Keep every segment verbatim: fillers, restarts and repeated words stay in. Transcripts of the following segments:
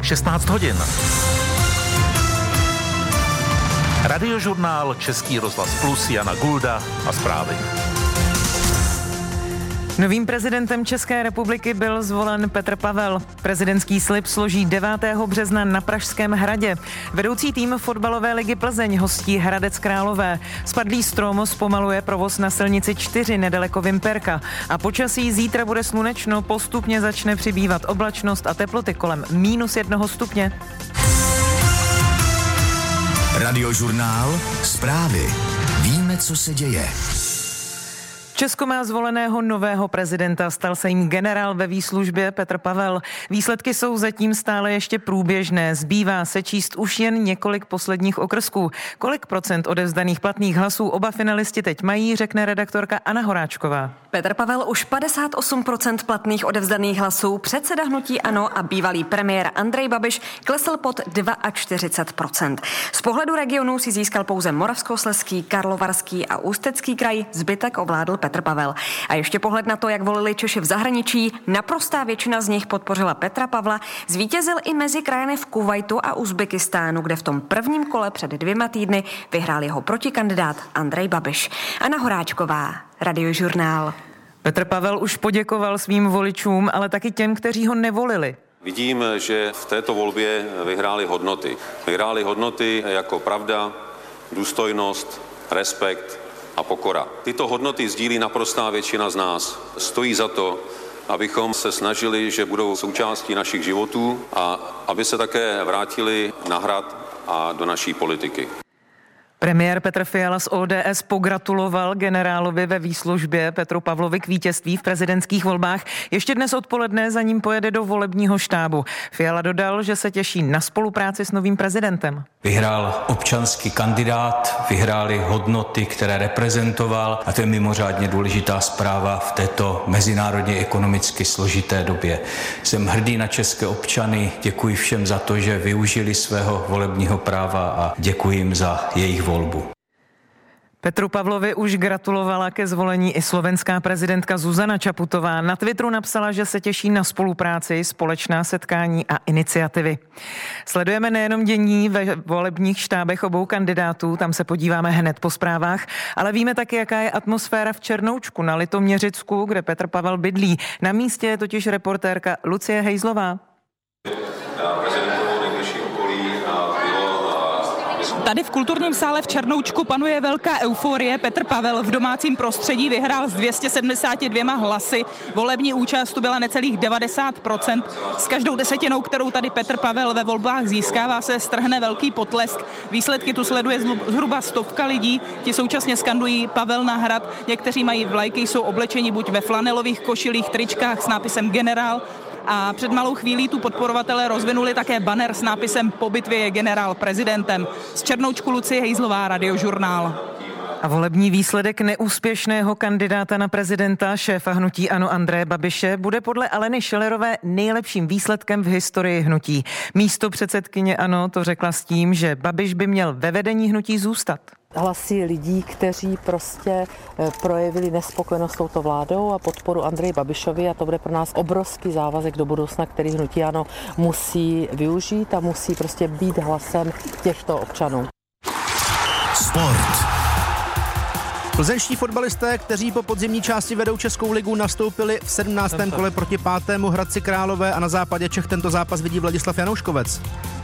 šestnáct hodin. Radiožurnál Český rozhlas Plus, Jana Gulda a zprávy. Novým prezidentem České republiky byl zvolen Petr Pavel. Prezidentský slib složí devátého března na Pražském hradě. Vedoucí tým fotbalové ligy Plzeň hostí Hradec Králové. Spadlý strom zpomaluje provoz na silnici čtyři nedaleko Vimperka. A počasí zítra bude slunečno, postupně začne přibývat oblačnost a teploty kolem mínus jednoho stupně. Radiožurnál Zprávy. Víme, co se děje. Česko má zvoleného nového prezidenta, stal se jim generál ve výslužbě Petr Pavel. Výsledky jsou zatím stále ještě průběžné, zbývá se číst už jen několik posledních okrsků. Kolik procent odevzdaných platných hlasů oba finalisti teď mají, řekne redaktorka Anna Horáčková. Petr Pavel už padesát osm procent platných odevzdaných hlasů, předseda hnutí ANO a bývalý premiér Andrej Babiš klesl pod čtyřicet dva procent. Z pohledu regionů si získal pouze Moravskoslezský, Karlovarský a Ústecký kraj, zbytek ovládl Petr Pavel. A ještě pohled na to, jak volili Češi v zahraničí. Naprostá většina z nich podpořila Petra Pavla. Zvítězil i mezi krajany v Kuvajtu a Uzbekistánu, kde v tom prvním kole před dvěma týdny vyhrál jeho protikandidát Andrej Babiš. Anna Horáčková, Radiožurnál. Petr Pavel už poděkoval svým voličům, ale taky těm, kteří ho nevolili. Vidím, že v této volbě vyhrály hodnoty. Vyhrály hodnoty jako pravda, důstojnost, respekt a pokora. Tyto hodnoty sdílí naprostá většina z nás. Stojí za to, abychom se snažili, že budou součástí našich životů a aby se také vrátili na hrad a do naší politiky. Premiér Petr Fiala z O D S pogratuloval generálovi ve výslužbě Petru Pavlovi k vítězství v prezidentských volbách. Ještě dnes odpoledne za ním pojede do volebního štábu. Fiala dodal, že se těší na spolupráci s novým prezidentem. Vyhrál občanský kandidát, vyhráli hodnoty, které reprezentoval, a to je mimořádně důležitá zpráva v této mezinárodně ekonomicky složité době. Jsem hrdý na české občany, děkuji všem za to, že využili svého volebního práva a děkuji jim za jejich volbu. Petru Pavlovi už gratulovala ke zvolení i slovenská prezidentka Zuzana Čaputová. Na Twitteru napsala, že se těší na spolupráci, společná setkání a iniciativy. Sledujeme nejenom dění ve volebních štábech obou kandidátů, tam se podíváme hned po zprávách, ale víme taky, jaká je atmosféra v Černoučku na Litoměřicku, kde Petr Pavel bydlí. Na místě je totiž reportérka Lucie Hejzlová. Tady v kulturním sále v Černoučku panuje velká euforie. Petr Pavel v domácím prostředí vyhrál s dvěma sty sedmdesáti dvěma hlasy. Volební účast tu byla necelých devadesát procent. S každou desetinou, kterou tady Petr Pavel ve volbách získává, se strhne velký potlesk. Výsledky tu sleduje zhruba stovka lidí. Ti současně skandují Pavel na hrad. Někteří mají vlajky, jsou oblečeni buď ve flanelových košilích, tričkách s nápisem generál. A před malou chvílí tu podporovatelé rozvinuli také banner s nápisem Po bitvě je generál prezidentem. Z Černoučku Lucie Hejzlová, Radiožurnál. A volební výsledek neúspěšného kandidáta na prezidenta, šéfa hnutí ANO Andreje Babiše, bude podle Aleny Schillerové nejlepším výsledkem v historii hnutí. Místo předsedkyně ANO to řekla s tím, že Babiš by měl ve vedení hnutí zůstat. Hlasy lidí, kteří prostě projevili nespokojenost s touto vládou a podporu Andreji Babišovi, a to bude pro nás obrovský závazek do budoucna, který hnutí ANO musí využít a musí prostě být hlasem těchto občanů. Sport. Plzeňští fotbalisté, kteří po podzimní části vedou Českou ligu, nastoupili v sedmnáctém kole proti pátému Hradci Králové a na západě Čech tento zápas vidí Vladislav Janouškovec.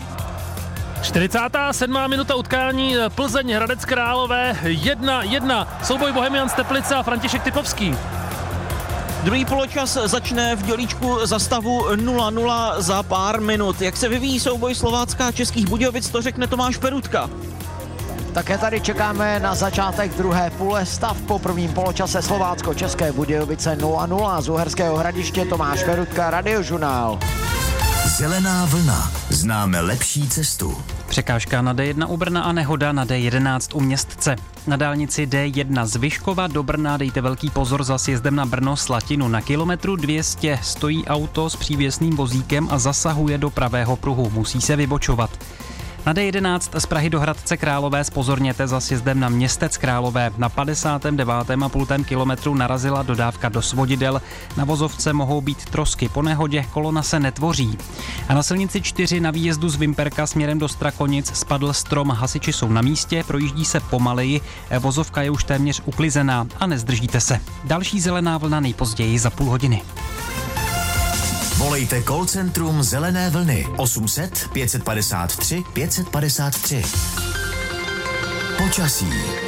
čtyřicátá sedmá minuta utkání, Plzeň Hradec Králové jedna jedna. Souboj Bohemians Teplice a František Typovský. Druhý poločas začne v dělíčku za stavu nula nula za pár minut. Jak se vyvíjí souboj Slovácka a Českých Budějovic, to řekne Tomáš Perutka. Také tady čekáme na začátek druhé půle. Stav po prvním poločase Slovácko-České Budějovice nula nula. Z Uherského Hradiště Tomáš Perutka, Radiožurnál. Zelená vlna. Známe lepší cestu. Překážka na D jedna u Brna a nehoda na D jedenáct u Městce. Na dálnici D jedna z Vyškova do Brna dejte velký pozor za sjezdem na Brno Slatinu. Na kilometru dvě stě stojí auto s přívěsným vozíkem a zasahuje do pravého pruhu. Musí se vybočovat. Na D jedenáct z Prahy do Hradce Králové zpozorněte za sjezdem na Městec Králové. Na padesátém devátém a půl kilometru narazila dodávka do svodidel. Na vozovce mohou být trosky. Po nehodě kolona se netvoří. A na silnici čtyři na výjezdu z Vimperka směrem do Strakonic spadl strom. Hasiči jsou na místě, projíždí se pomaleji. Vozovka je už téměř uklizená a nezdržíte se. Další zelená vlna nejpozději za půl hodiny. Volejte call centrum Zelené vlny osm set pět padesát tři pět padesát tři. Počasí.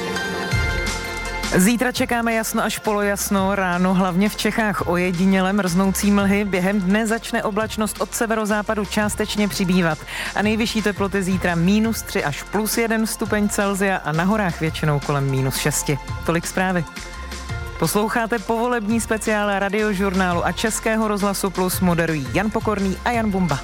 Zítra čekáme jasno až polojasno, ráno hlavně v Čechách ojediněle mrznoucí mlhy, během dne začne oblačnost od severozápadu částečně přibývat a nejvyšší teploty zítra minus tři až plus jeden stupeň Celsia a na horách většinou kolem minus šesti. Tolik zprávy. Posloucháte povolební speciál Radiožurnálu a Českého rozhlasu Plus, moderují Jan Pokorný a Jan Bumba.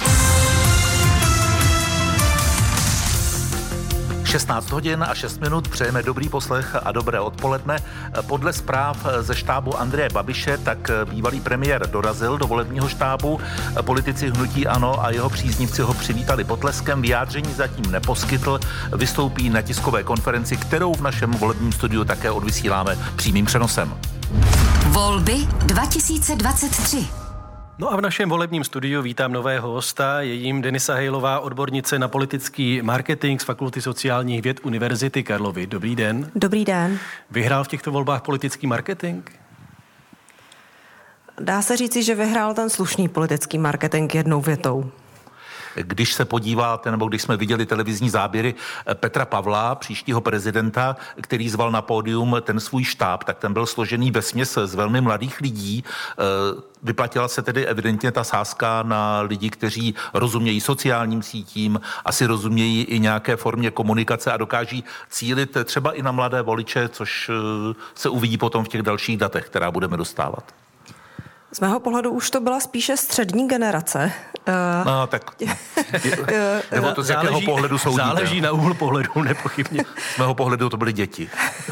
šestnáct hodin a šest minut, přejeme dobrý poslech a dobré odpoledne. Podle zpráv ze štábu Andreje Babiše, tak bývalý premiér dorazil do volebního štábu. Politici hnutí ANO a jeho příznivci ho přivítali potleskem, vyjádření zatím neposkytl, vystoupí na tiskové konferenci, kterou v našem volebním studiu také odvysíláme přímým přenosem. Volby dva tisíce dvacet tři. No a v našem volebním studiu vítám nového hosta, je jím Denisa Hejlová, odbornice na politický marketing z Fakulty sociálních věd Univerzity Karlovy. Dobrý den. Dobrý den. Vyhrál v těchto volbách politický marketing? Dá se říci, že vyhrál ten slušný politický marketing jednou větou. Když se podíváte, nebo když jsme viděli televizní záběry Petra Pavla, příštího prezidenta, který zval na pódium ten svůj štáb, tak ten byl složený vesměs z velmi mladých lidí. Vyplatila se tedy evidentně ta sázka na lidi, kteří rozumějí sociálním sítím, asi rozumějí i nějaké formě komunikace a dokáží cílit třeba i na mladé voliče, což se uvidí potom v těch dalších datech, která budeme dostávat. Z mého pohledu už to byla spíše střední generace. No, tak nebo to z jakého záleží, pohledu soudíte? Záleží na úhlu pohledu, nepochybně. Z mého pohledu to byly děti.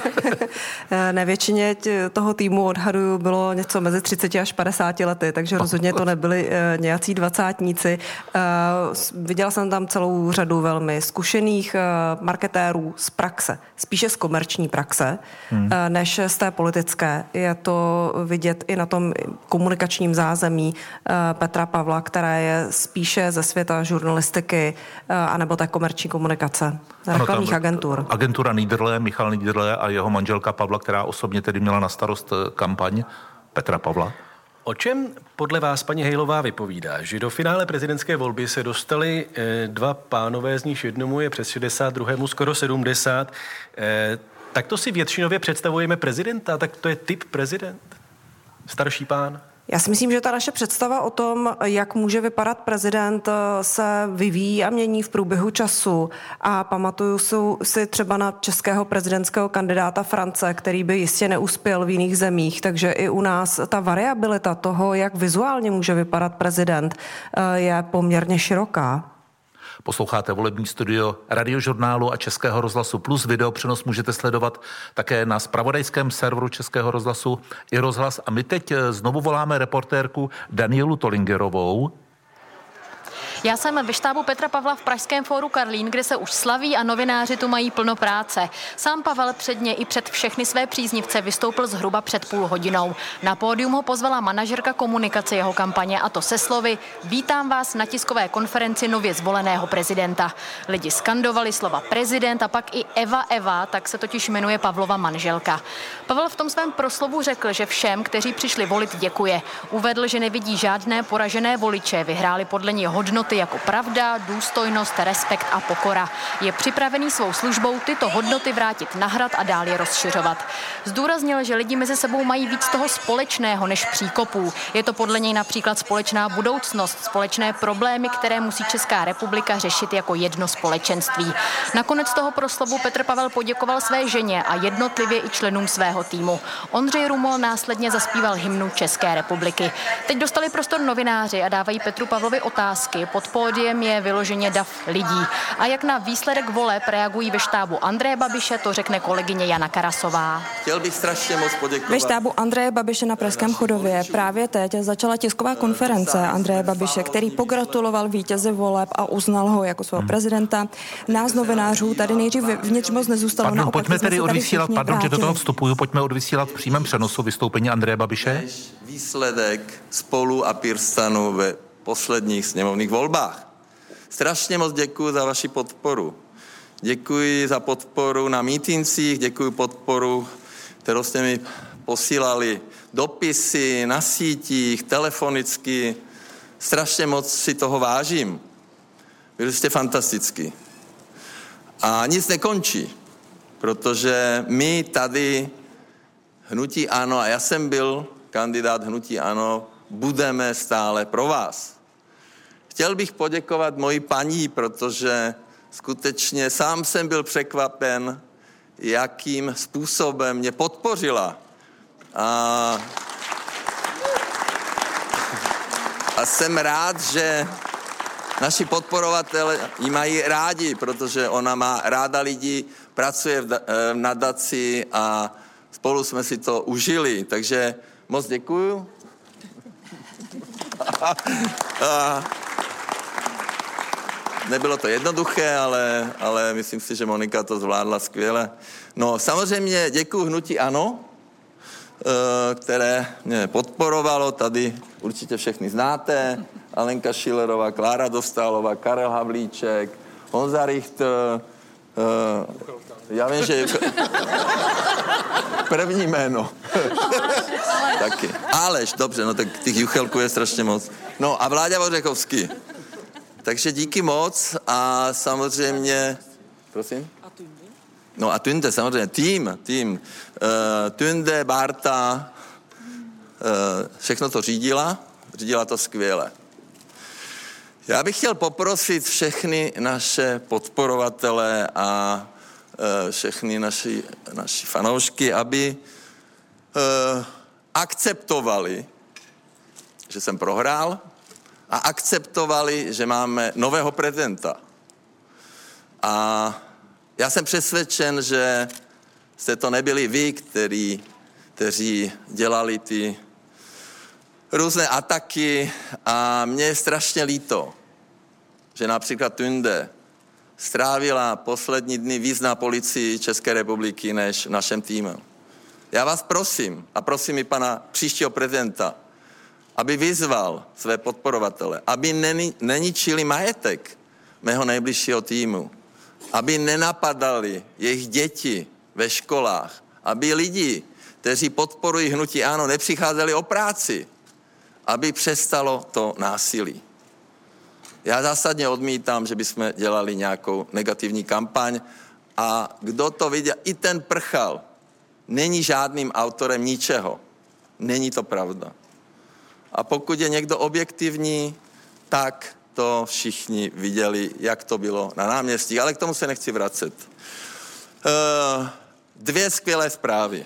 Na většině toho týmu odhaduju bylo něco mezi třiceti až padesáti lety, takže rozhodně to nebyli nějací dvacátníci. Viděla jsem tam celou řadu velmi zkušených marketérů z praxe, spíše z komerční praxe, hmm. než z té politické. Je to vidět i na tom komunikačním zázemí Petra Pavla, které je spíše ze světa žurnalistiky anebo té komerční komunikace, reklamních agentur. Agentura Niederle, Michal Niederle a jeho manželka Pavla, která osobně tedy měla na starost kampaň Petra Pavla. O čem podle vás, paní Hejlová, vypovídá, že do finále prezidentské volby se dostali dva pánové, z nich jednomu je přes šedesát, druhému skoro sedmdesát. Tak to si většinově představujeme prezidenta, tak to je typ prezident? Starší pán? Já si myslím, že ta naše představa o tom, jak může vypadat prezident, se vyvíjí a mění v průběhu času. A pamatuju si třeba na českého prezidentského kandidáta France, který by jistě neuspěl v jiných zemích, takže i u nás ta variabilita toho, jak vizuálně může vypadat prezident, je poměrně široká. Posloucháte volební studio Radiožurnálu a Českého rozhlasu Plus. Videopřenos můžete sledovat také na zpravodajském serveru Českého rozhlasu i rozhlas. A my teď znovu voláme reportérku Danielu Tolingerovou. Já jsem ve štábu Petra Pavla v pražském fóru Karlín, kde se už slaví a novináři tu mají plno práce. Sám Pavel předně i před všechny své příznivce vystoupil zhruba před půl hodinou. Na pódium ho pozvala manažerka komunikace jeho kampaně, a to se slovy: vítám vás na tiskové konferenci nově zvoleného prezidenta. Lidi skandovali slova prezident a pak i Eva Eva, tak se totiž jmenuje Pavlova manželka. Pavel v tom svém proslovu řekl, že všem, kteří přišli volit, děkuje. Uvedl, že nevidí žádné poražené voliče, vyhráli podle něj hodnoty jako pravda, důstojnost, respekt a pokora. Je připravený svou službou tyto hodnoty vrátit na hrad a dál je rozšiřovat. Zdůraznil, že lidi mezi sebou mají víc toho společného než příkopů. Je to podle něj například společná budoucnost, společné problémy, které musí Česká republika řešit jako jedno společenství. Nakonec toho proslovu Petr Pavel poděkoval své ženě a jednotlivě i členům svého týmu. Ondřej Rumol následně zaspíval hymnu České republiky. Teď dostali prostor novináři a dávají Petru Pavlovi otázky. Po pod pódiem je vyloženě dav lidí. A jak na výsledek voleb reagují ve štábu Andreje Babiše, to řekne kolegyně Jana Karasová. Chtěl bych strašně moc poděkovat. Ve štábu Andreje Babiše na Pražském chodově právě teď začala tisková konference Andreje Babiše, který pogratuloval vítězi voleb a uznal ho jako svého prezidenta. Nás novinářů tady nejdřív vnitř moc nezůstalo. Pardon, pojďme tedy odvysílat, pardon, že do toho vstupuju, pojďme odvysílat v přímém přenosu vystoupení Andreje Babiše. Výsledek Spolu a PirSTANu ve posledních sněmovních volbách. Strašně moc děkuji za vaši podporu. Děkuji za podporu na mítincích, děkuji podporu, kterou jste mi posílali dopisy, na sítích, telefonicky. Strašně moc si toho vážím. Byli jste fantastický. A nic nekončí, protože my tady hnutí ANO, a já jsem byl kandidát hnutí ANO, budeme stále pro vás. Chtěl bych poděkovat mojí paní, protože skutečně sám jsem byl překvapen, jakým způsobem mě podpořila. A, a jsem rád, že naši podporovatelé ji mají rádi, protože ona má ráda lidi, pracuje v, v nadaci a spolu jsme si to užili. Takže moc děkuju. A nebylo to jednoduché, ale, ale myslím si, že Monika to zvládla skvěle. No samozřejmě děkuju hnutí ANO, které mě podporovalo, tady určitě všechny znáte, Alenka Schillerová, Klára Dostálová, Karel Havlíček, Honza Richter, já vím, že první jméno. Taky. Aleš, dobře, no tak těch Juchelků je strašně moc. No a Vláďa Vořechovský. Takže díky moc a samozřejmě... Prosím? No a Tunde, samozřejmě, tým, tým. Uh, Tunde, Barta, uh, všechno to řídila, řídila to skvěle. Já bych chtěl poprosit všechny naše podporovatele a uh, všechny naši, naši fanoušky, aby uh, akceptovali, že jsem prohrál a akceptovali, že máme nového prezidenta. A já jsem přesvědčen, že jste to nebyli vy, který, kteří dělali ty různé ataky a mně je strašně líto, že například Tunde strávila poslední dny víc na policii České republiky než v našem týmu. Já vás prosím a prosím i pana příštího prezidenta, aby vyzval své podporovatele, aby neni, neničili majetek mého nejbližšího týmu, aby nenapadali jejich děti ve školách, aby lidi, kteří podporují hnutí ANO, nepřicházeli o práci, aby přestalo to násilí. Já zásadně odmítám, že bychom dělali nějakou negativní kampaň a kdo to viděl, i ten Prchal, není žádným autorem ničeho. Není to pravda. A pokud je někdo objektivní, tak to všichni viděli, jak to bylo na náměstí, ale k tomu se nechci vracet. Dvě skvělé zprávy.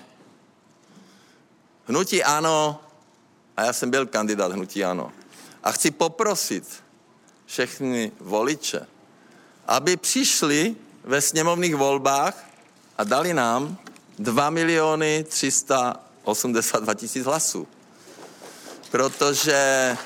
Hnutí ANO, a já jsem byl kandidát hnutí ANO, a chci poprosit všechny voliče, aby přišli ve sněmovních volbách a dali nám dva miliony tři sta osmdesát dva tisíc hlasů. Protože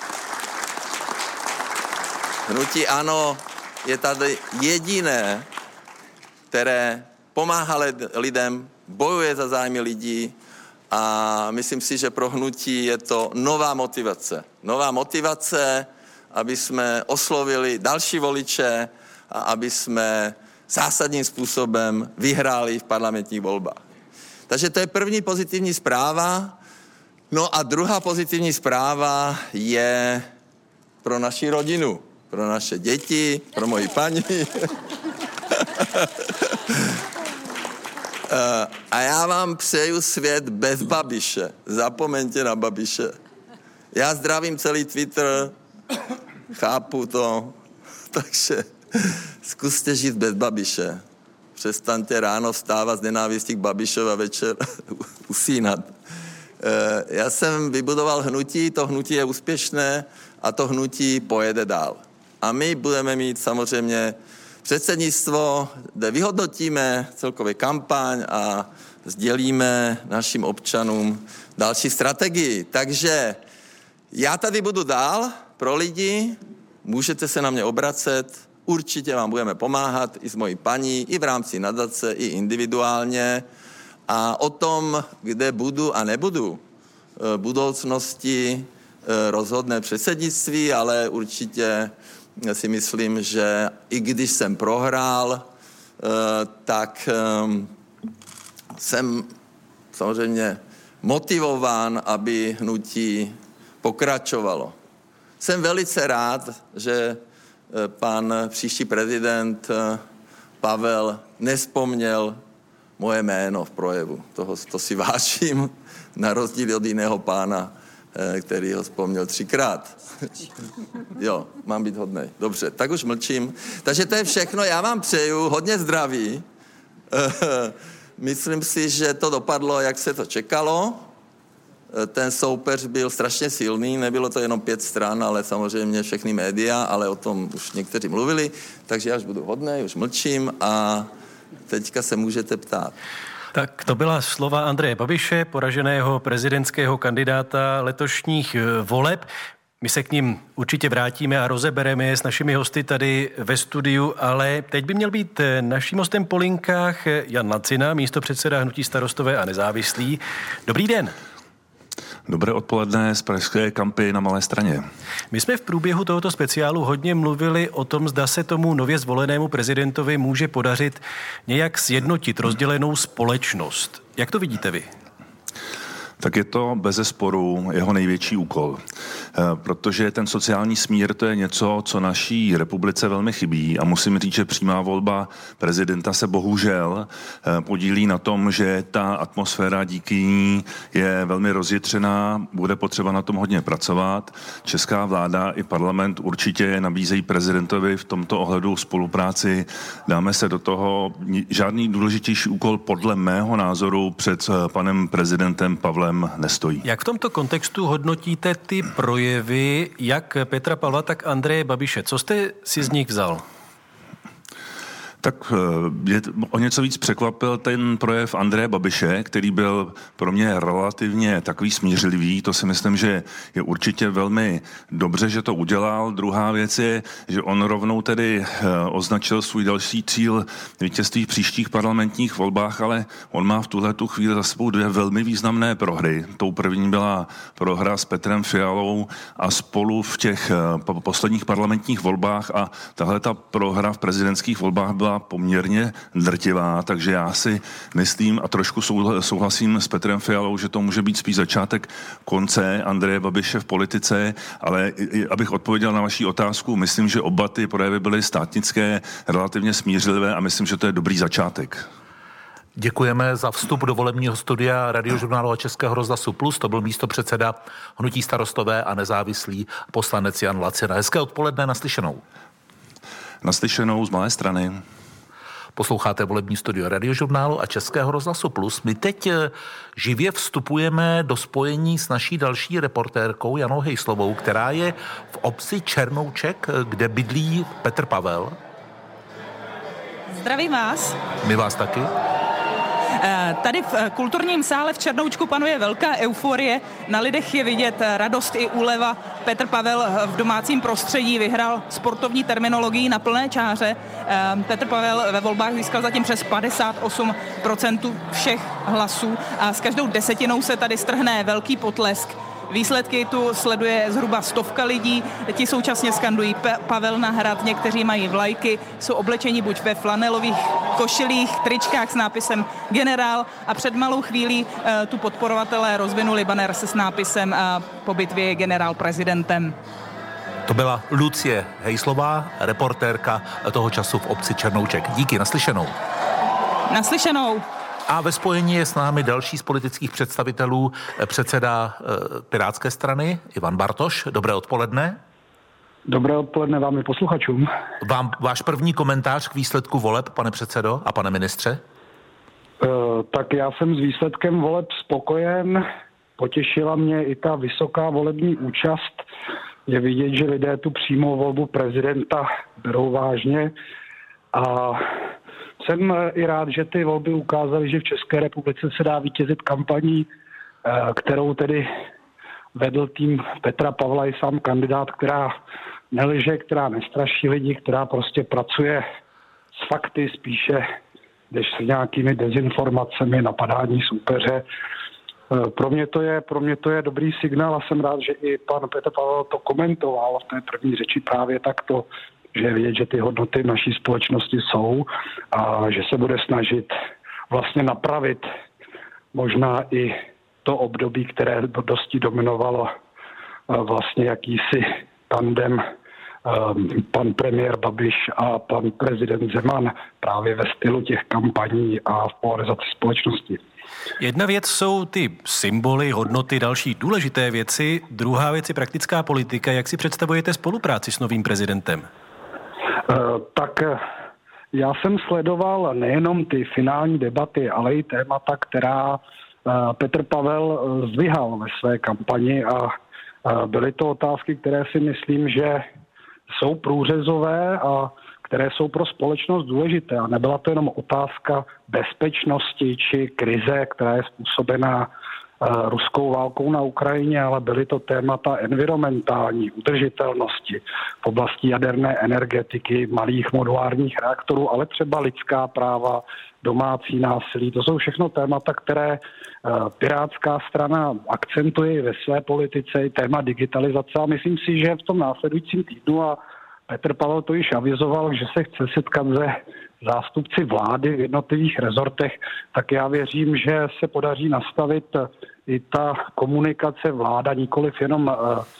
hnutí ANO je tady jediné, které pomáhá lidem, bojuje za zájmy lidí a myslím si, že pro hnutí je to nová motivace. Nová motivace, aby jsme oslovili další voliče a aby jsme zásadním způsobem vyhráli v parlamentních volbách. Takže to je první pozitivní zpráva. No a druhá pozitivní zpráva je pro naši rodinu, pro naše děti, pro moji paní. A já vám přeju svět bez Babiše. Zapomeňte na Babiše. Já zdravím celý Twitter, chápu to, takže zkuste žít bez Babiše. Přestaňte ráno vstávat z nenávistí k Babišovi a večer usínat. Já jsem vybudoval hnutí, to hnutí je úspěšné a to hnutí pojede dál. A my budeme mít samozřejmě předsednictvo, kde vyhodnotíme celkově kampaň a sdělíme našim občanům další strategii. Takže já tady budu dál pro lidi, můžete se na mě obracet, určitě vám budeme pomáhat i s mojí paní, i v rámci nadace, i individuálně. A o tom, kde budu a nebudu v budoucnosti, rozhodne předsednictví, ale určitě si myslím, že i když jsem prohrál, tak jsem samozřejmě motivován, aby hnutí pokračovalo. Jsem velice rád, že pan příští prezident Pavel nespomněl moje jméno v projevu. Toho, to si vážím, na rozdíl od jiného pána, který ho vzpomněl třikrát. Jo, mám být hodnej. Dobře, tak už mlčím. Takže to je všechno. Já vám přeju hodně zdraví. Myslím si, že to dopadlo, jak se to čekalo. Ten soupeř byl strašně silný, nebylo to jenom pět stran, ale samozřejmě všechny média, ale o tom už někteří mluvili, takže já už budu hodnej, už mlčím a teďka se můžete ptát. Tak to byla slova Andreje Babiše, poraženého prezidentského kandidáta letošních voleb. My se k ním určitě vrátíme a rozebereme je s našimi hosty tady ve studiu, ale teď by měl být naším hostem po linkách Jan Lacina, místopředseda hnutí Starostové a nezávislí. Dobrý den. Dobré odpoledne z pražské kampy na Malé Straně. My jsme v průběhu tohoto speciálu hodně mluvili o tom, zda se tomu nově zvolenému prezidentovi může podařit nějak sjednotit rozdělenou společnost. Jak to vidíte vy? Tak je to bezesporu jeho největší úkol, protože ten sociální smír to je něco, co naší republice velmi chybí a musím říct, že přímá volba prezidenta se bohužel podílí na tom, že ta atmosféra díky ní je velmi rozjitřená, bude potřeba na tom hodně pracovat. Česká vláda i parlament určitě nabízejí prezidentovi v tomto ohledu spolupráci. Dáme se do toho, žádný důležitější úkol podle mého názoru před panem prezidentem Pavlem nestojí. Jak v tomto kontextu hodnotíte ty projevy, jak Petra Pavla, tak Andreje Babiše? Co jste si z nich vzal? Tak je, o něco víc překvapil ten projev Andreje Babiše, který byl pro mě relativně takový smířlivý. To si myslím, že je určitě velmi dobře, že to udělal. Druhá věc je, že on rovnou tedy označil svůj další cíl vítězství v příštích parlamentních volbách, ale on má v tuhletu chvíli za sebou dvě velmi významné prohry. Tou první byla prohra s Petrem Fialou a spolu v těch posledních parlamentních volbách a tahle ta prohra v prezidentských volbách byla poměrně drtivá, takže já si myslím a trošku souhlasím s Petrem Fialou, že to může být spíš začátek konce Andreje Babiše v politice, ale abych odpověděl na vaši otázku, myslím, že oba ty projevy byly státnické, relativně smířlivé a myslím, že to je dobrý začátek. Děkujeme za vstup do volebního studia Radiožurnálu a Českého rozhlasu Plus. To byl místopředseda hnutí Starostové a nezávislí poslanec Jan Lacina. Hezké odpoledne, naslyšenou. Naslyšenou z Malé Strany. Posloucháte volební studio Radiožurnálu a Českého rozhlasu Plus. My teď živě vstupujeme do spojení s naší další reportérkou Janou Hejslovou, která je v obci Černouček, kde bydlí Petr Pavel. Zdravím vás. My vás taky. Tady v kulturním sále v Černoučku panuje velká euforie. Na lidech je vidět radost i úleva. Petr Pavel v domácím prostředí vyhrál sportovní terminologii na plné čáře. Petr Pavel ve volbách získal zatím přes padesát osm procent všech hlasů a s každou desetinou se tady strhne velký potlesk. Výsledky tu sleduje zhruba stovka lidí, ti současně skandují Pavel na hrad, někteří mají vlajky, jsou oblečeni buď ve flanelových košilích, tričkách s nápisem generál a před malou chvílí e, tu podporovatelé rozvinuli banner se s nápisem e, po bitvě je generál prezidentem. To byla Lucie Hejslová, reportérka toho času v obci Černouček. Díky, naslyšenou. Naslyšenou. A ve spojení je s námi další z politických představitelů, předseda e, Pirátské strany, Ivan Bartoš. Dobré odpoledne. Dobré odpoledne vám i posluchačům. Vám váš první komentář k výsledku voleb, pane předsedo a pane ministře? E, tak já jsem s výsledkem voleb spokojen. Potěšila mě i ta vysoká volební účast. je vidět, že lidé tu přímou volbu prezidenta berou vážně a jsem i rád, že ty volby ukázaly, že v České republice se dá vítězit kampaní, kterou tedy vedl tým Petra Pavla i sám kandidát, která nelže, která nestraší lidi, která prostě pracuje s fakty spíše, než s nějakými dezinformacemi, napadání soupeře. Pro mě to je, pro mě to je dobrý signál a jsem rád, že i pan Petr Pavel to komentoval v té první řeči právě takto, že je vidět, že ty hodnoty naší společnosti jsou a že se bude snažit vlastně napravit možná i to období, které dosti dominovalo vlastně jakýsi tandem pan premiér Babiš a pan prezident Zeman právě ve stylu těch kampaní a v polarizaci společnosti. Jedna věc jsou ty symboly, hodnoty, další důležité věci. Druhá věc je praktická politika. Jak si představujete spolupráci s novým prezidentem? Tak já jsem sledoval nejenom ty finální debaty, ale i témata, která Petr Pavel zdvihal ve své kampani a byly to otázky, které si myslím, že jsou průřezové a které jsou pro společnost důležité. A nebyla to jenom otázka bezpečnosti či krize, která je způsobená uh, ruskou válkou na Ukrajině, ale byly to témata environmentální, udržitelnosti v oblasti jaderné energetiky, malých modulárních reaktorů, ale třeba lidská práva, domácí násilí. To jsou všechno témata, které uh, Pirátská strana akcentuje ve své politice, i téma digitalizace. A myslím si, že v tom následujícím týdnu a Petr Pavel to již avizoval, že se chce setkat se zástupci vlády v jednotlivých rezortech, tak já věřím, že se podaří nastavit i ta komunikace vláda, nikoliv jenom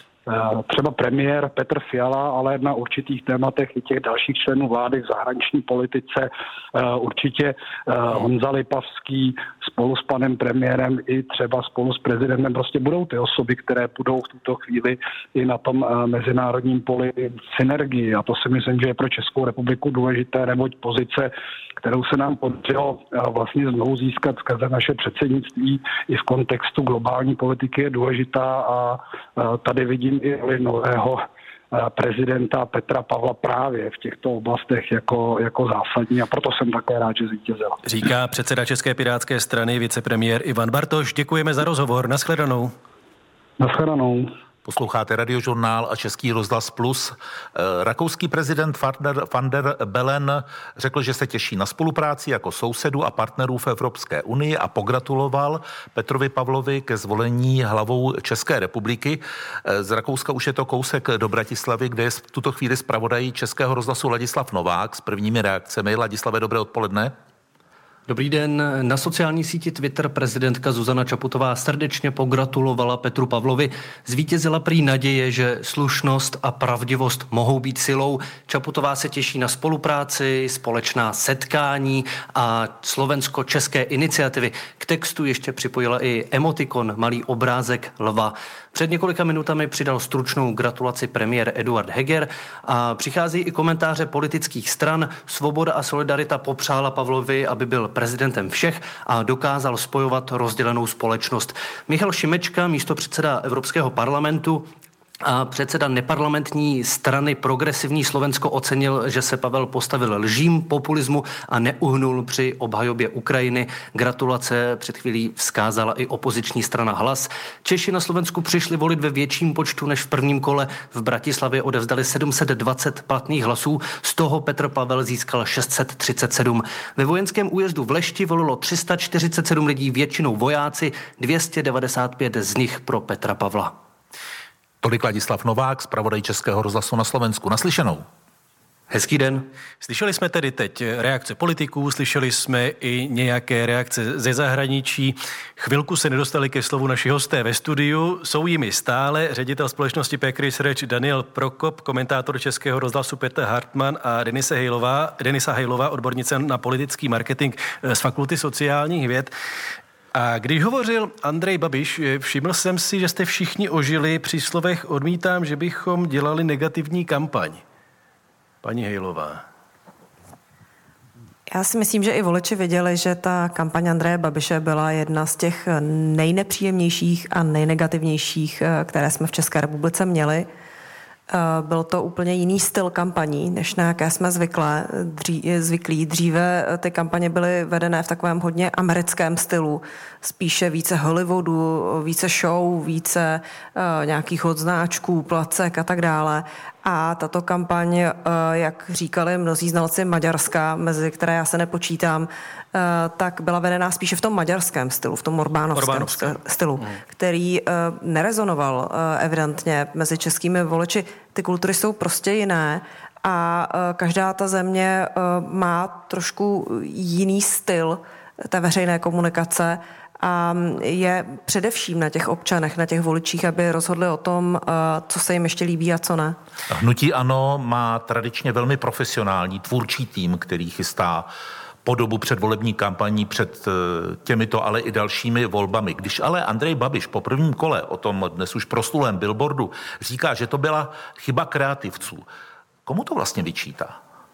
třeba premiér Petr Fiala, ale na určitých tématech i těch dalších členů vlády v zahraniční politice. Určitě Honza Lipavský spolu s panem premiérem i třeba spolu s prezidentem prostě budou ty osoby, které budou v tuto chvíli i na tom mezinárodním poli synergii. A to si myslím, že je pro Českou republiku důležité, neboť pozice, kterou se nám podařilo vlastně znovu získat skrze naše předsednictví i v kontextu globální politiky je důležitá a tady vidím i roli nového prezidenta Petra Pavla právě v těchto oblastech jako, jako zásadní a proto jsem také rád, že zvítězil. Říká předseda České pirátské strany vicepremiér Ivan Bartoš. Děkujeme za rozhovor. Naschledanou. Naschledanou. Posloucháte Radiožurnál a Český rozhlas Plus. Rakouský prezident Van der Bellen řekl, že se těší na spolupráci jako sousedů a partnerů v Evropské unii a pogratuloval Petrovi Pavlovi ke zvolení hlavou České republiky. Z Rakouska už je to kousek do Bratislavy, kde je v tuto chvíli zpravodaj Českého rozhlasu Ladislav Novák s prvními reakcemi. Ladislave, dobré odpoledne. Dobrý den. Na sociální síti Twitter prezidentka Zuzana Čaputová srdečně pogratulovala Petru Pavlovi. Zvítězila prý naděje, že slušnost a pravdivost mohou být silou. Čaputová se těší na spolupráci, společná setkání a slovensko-české iniciativy. K textu ještě připojila i emotikon, malý obrázek lva. Před několika minutami přidal stručnou gratulaci premiér Eduard Heger a přichází i komentáře politických stran. Svoboda a solidarita popřála Pavlovi, aby byl prezidentem všech a dokázal spojovat rozdělenou společnost. Michal Šimečka, místopředseda Evropského parlamentu a předseda neparlamentní strany Progresivní Slovensko ocenil, že se Pavel postavil lžím, populismu a neuhnul při obhajobě Ukrajiny. Gratulace před chvílí vzkázala i opoziční strana Hlas. Češi na Slovensku přišli volit ve větším počtu než v prvním kole. V Bratislavě odevzdali sedm set dvacet platných hlasů, z toho Petr Pavel získal šest set třicet sedm. Ve vojenském újezdu v Lešti volilo tři sta čtyřicet sedm lidí, většinou vojáci, dvě stě devadesát pět z nich pro Petra Pavla. Tolik Ladislav Novák, zpravodaj Českého rozhlasu na Slovensku. Naslyšenou. Hezký den. Slyšeli jsme tedy teď reakce politiků, slyšeli jsme i nějaké reakce ze zahraničí. Chvilku se nedostali ke slovu naši hosté ve studiu. Jsou jimi stále ředitel společnosti Pack Research Daniel Prokop, komentátor Českého rozhlasu Petr Hartmann a Denise Hejlová, Denisa Hejlová, odbornice na politický marketing z Fakulty sociálních věd. A když hovořil Andrej Babiš, všiml jsem si, že jste všichni ožili při slovech odmítám, že bychom dělali negativní kampaň. Paní Hejlová. Já si myslím, že i voliči viděli, že ta kampaň Andreje Babiše byla jedna z těch nejnepříjemnějších a nejnegativnějších, které jsme v České republice měli. Byl to úplně jiný styl kampaní, než na jaké jsme zvyklé, dří, zvyklí. Dříve ty kampaně byly vedené v takovém hodně americkém stylu, spíše více Hollywoodu, více show, více uh, nějakých odznáčků, placek a tak dále. A tato kampaň, uh, jak říkali mnozí znalci Maďarska, mezi které já se nepočítám, uh, tak byla vedená spíše v tom maďarském stylu, v tom Orbánovském, Orbánovském. stylu, hmm. který uh, nerezonoval uh, evidentně mezi českými voliči. Ty kultury jsou prostě jiné a uh, každá ta země uh, má trošku jiný styl té veřejné komunikace a je především na těch občanech, na těch voličích, aby rozhodli o tom, co se jim ještě líbí a co ne. Hnutí ANO má tradičně velmi profesionální tvůrčí tým, který chystá podobu předvolební kampaní před těmito, ale i dalšími volbami. Když ale Andrej Babiš po prvním kole o tom dnes už proslulém billboardu říká, že to byla chyba kreativců, komu to vlastně vyčítá?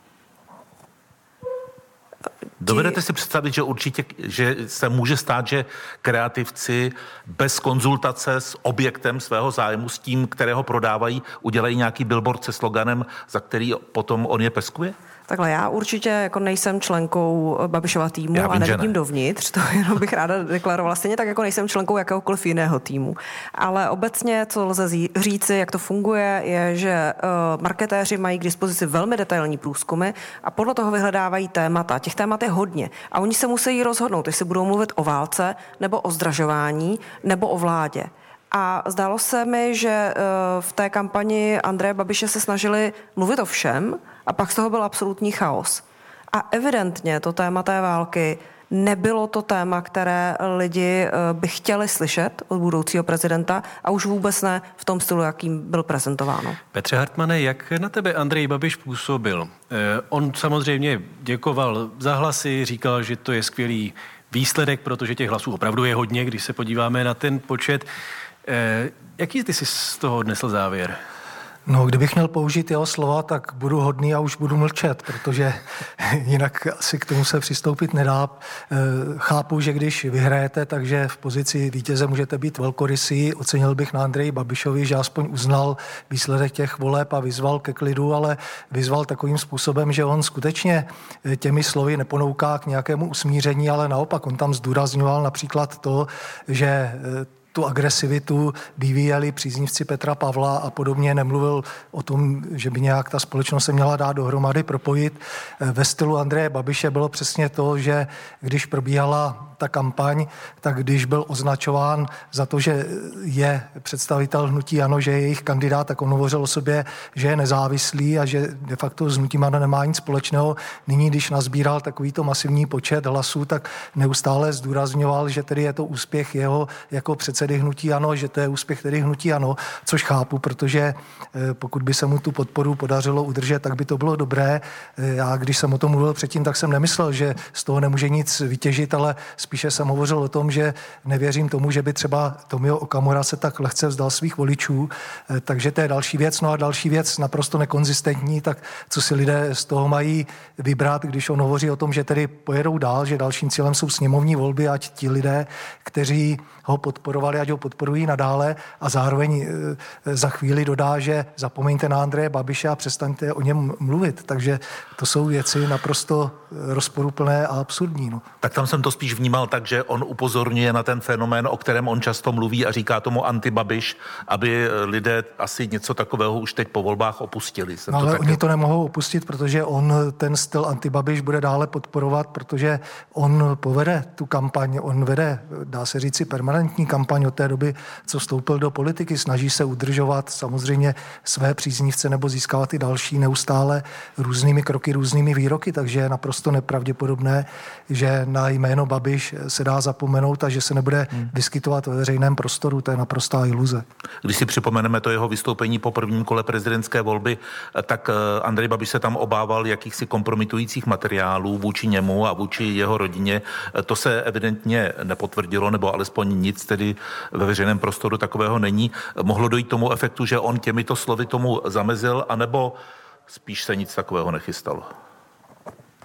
Dovedete si představit, že určitě, že se může stát, že kreativci bez konzultace s objektem svého zájmu, s tím, kterého prodávají, udělají nějaký billboard se sloganem, za který potom on je peskuje? Takhle, já určitě jako nejsem členkou Babišova týmu vím, a nevidím ne. dovnitř, to jenom bych ráda deklarovala, stejně tak jako nejsem členkou jakéhokoliv jiného týmu. Ale obecně, co lze říci, jak to funguje, je, že uh, marketéři mají k dispozici velmi detailní průzkumy a podle toho vyhledávají témata. Těch témat je hodně a oni se musí rozhodnout, jestli budou mluvit o válce, nebo o zdražování, nebo o vládě. A zdálo se mi, že v té kampani Andreje Babiše se snažili mluvit o všem a pak z toho byl absolutní chaos. A evidentně to téma té války nebylo to téma, které lidi by chtěli slyšet od budoucího prezidenta a už vůbec ne v tom stylu, jakým byl prezentováno. Petře Hartmane, jak na tebe Andrej Babiš působil? On samozřejmě děkoval za hlasy, říkal, že to je skvělý výsledek, protože těch hlasů opravdu je hodně, když se podíváme na ten počet. Eh, jaký ty jsi z toho odnesl závěr? No, kdybych měl použít jeho slova, tak budu hodný a už budu mlčet, protože jinak asi k tomu se přistoupit nedá. Eh, chápu, že když vyhrajete, takže v pozici vítěze můžete být velkorysý. Ocenil bych na Andreji Babišovi, že aspoň uznal výsledek těch voleb a vyzval ke klidu, ale vyzval takovým způsobem, že on skutečně těmi slovy neponouká k nějakému usmíření, ale naopak on tam zdůrazňoval například to, že tu agresivitu vyvíjeli příznivci Petra Pavla a podobně, nemluvil o tom, že by nějak ta společnost se měla dát dohromady, propojit. Ve stylu Andreje Babiše bylo přesně to, že když probíhala ta kampaň, tak když byl označován za to, že je představitel hnutí ANO, že je jejich kandidát, tak on hovořil o sobě, že je nezávislý a že de facto s hnutím ANO nemá nic společného. Nyní, když nazbíral takovýto masivní počet hlasů, tak neustále zdůrazňoval, že tedy je to úspěch jeho jako předsedy hnutí ANO, že to je úspěch tedy hnutí ANO, což chápu, protože pokud by se mu tu podporu podařilo udržet, tak by to bylo dobré. Já, když jsem o tom mluvil předtím, tak jsem nemyslel, že z toho nemůže nic vytěžit, ale spíše jsem hovořil o tom, že nevěřím tomu, že by třeba Tomio Okamura se tak lehce vzdal svých voličů, takže to je další věc. No a další věc naprosto nekonzistentní, tak co si lidé z toho mají vybrat, když on hovoří o tom, že tedy pojedou dál, že dalším cílem jsou sněmovní volby, ať ti lidé, kteří ho podporovali, ať ho podporují nadále a zároveň za chvíli dodá, že zapomeňte na Andreje Babiše a přestaňte o něm mluvit. Takže to jsou věci naprosto rozporuplné a absurdní. No. Tak tam jsem to spíš vnímal tak, že on upozorňuje na ten fenomén, o kterém on často mluví a říká tomu anti-Babiš, aby lidé asi něco takového už teď po volbách opustili. No, ale to oni to nemohou opustit, protože on ten styl anti-Babiš bude dále podporovat, protože on povede tu kampaň, on vede, dá se říci, permanentní kampaň od té doby, co vstoupil do politiky, snaží se udržovat samozřejmě své příznivce nebo získávat i další neustále různými kroky, různými výroky, takže je naprosto nepravděpodobné, že na jméno Babiš se dá zapomenout a že se nebude hmm. vyskytovat ve veřejném prostoru, to je naprostá iluze. Když si připomeneme to jeho vystoupení po prvním kole prezidentské volby, tak Andrej Babiš se tam obával jakýchsi kompromitujících materiálů vůči němu a vůči jeho rodině. To se evidentně nepotvrdilo, nebo alespoň nic tedy ve veřejném prostoru takového není. Mohlo dojít tomu efektu, že on těmito slovy tomu zamezil, anebo spíš se nic takového nechystalo?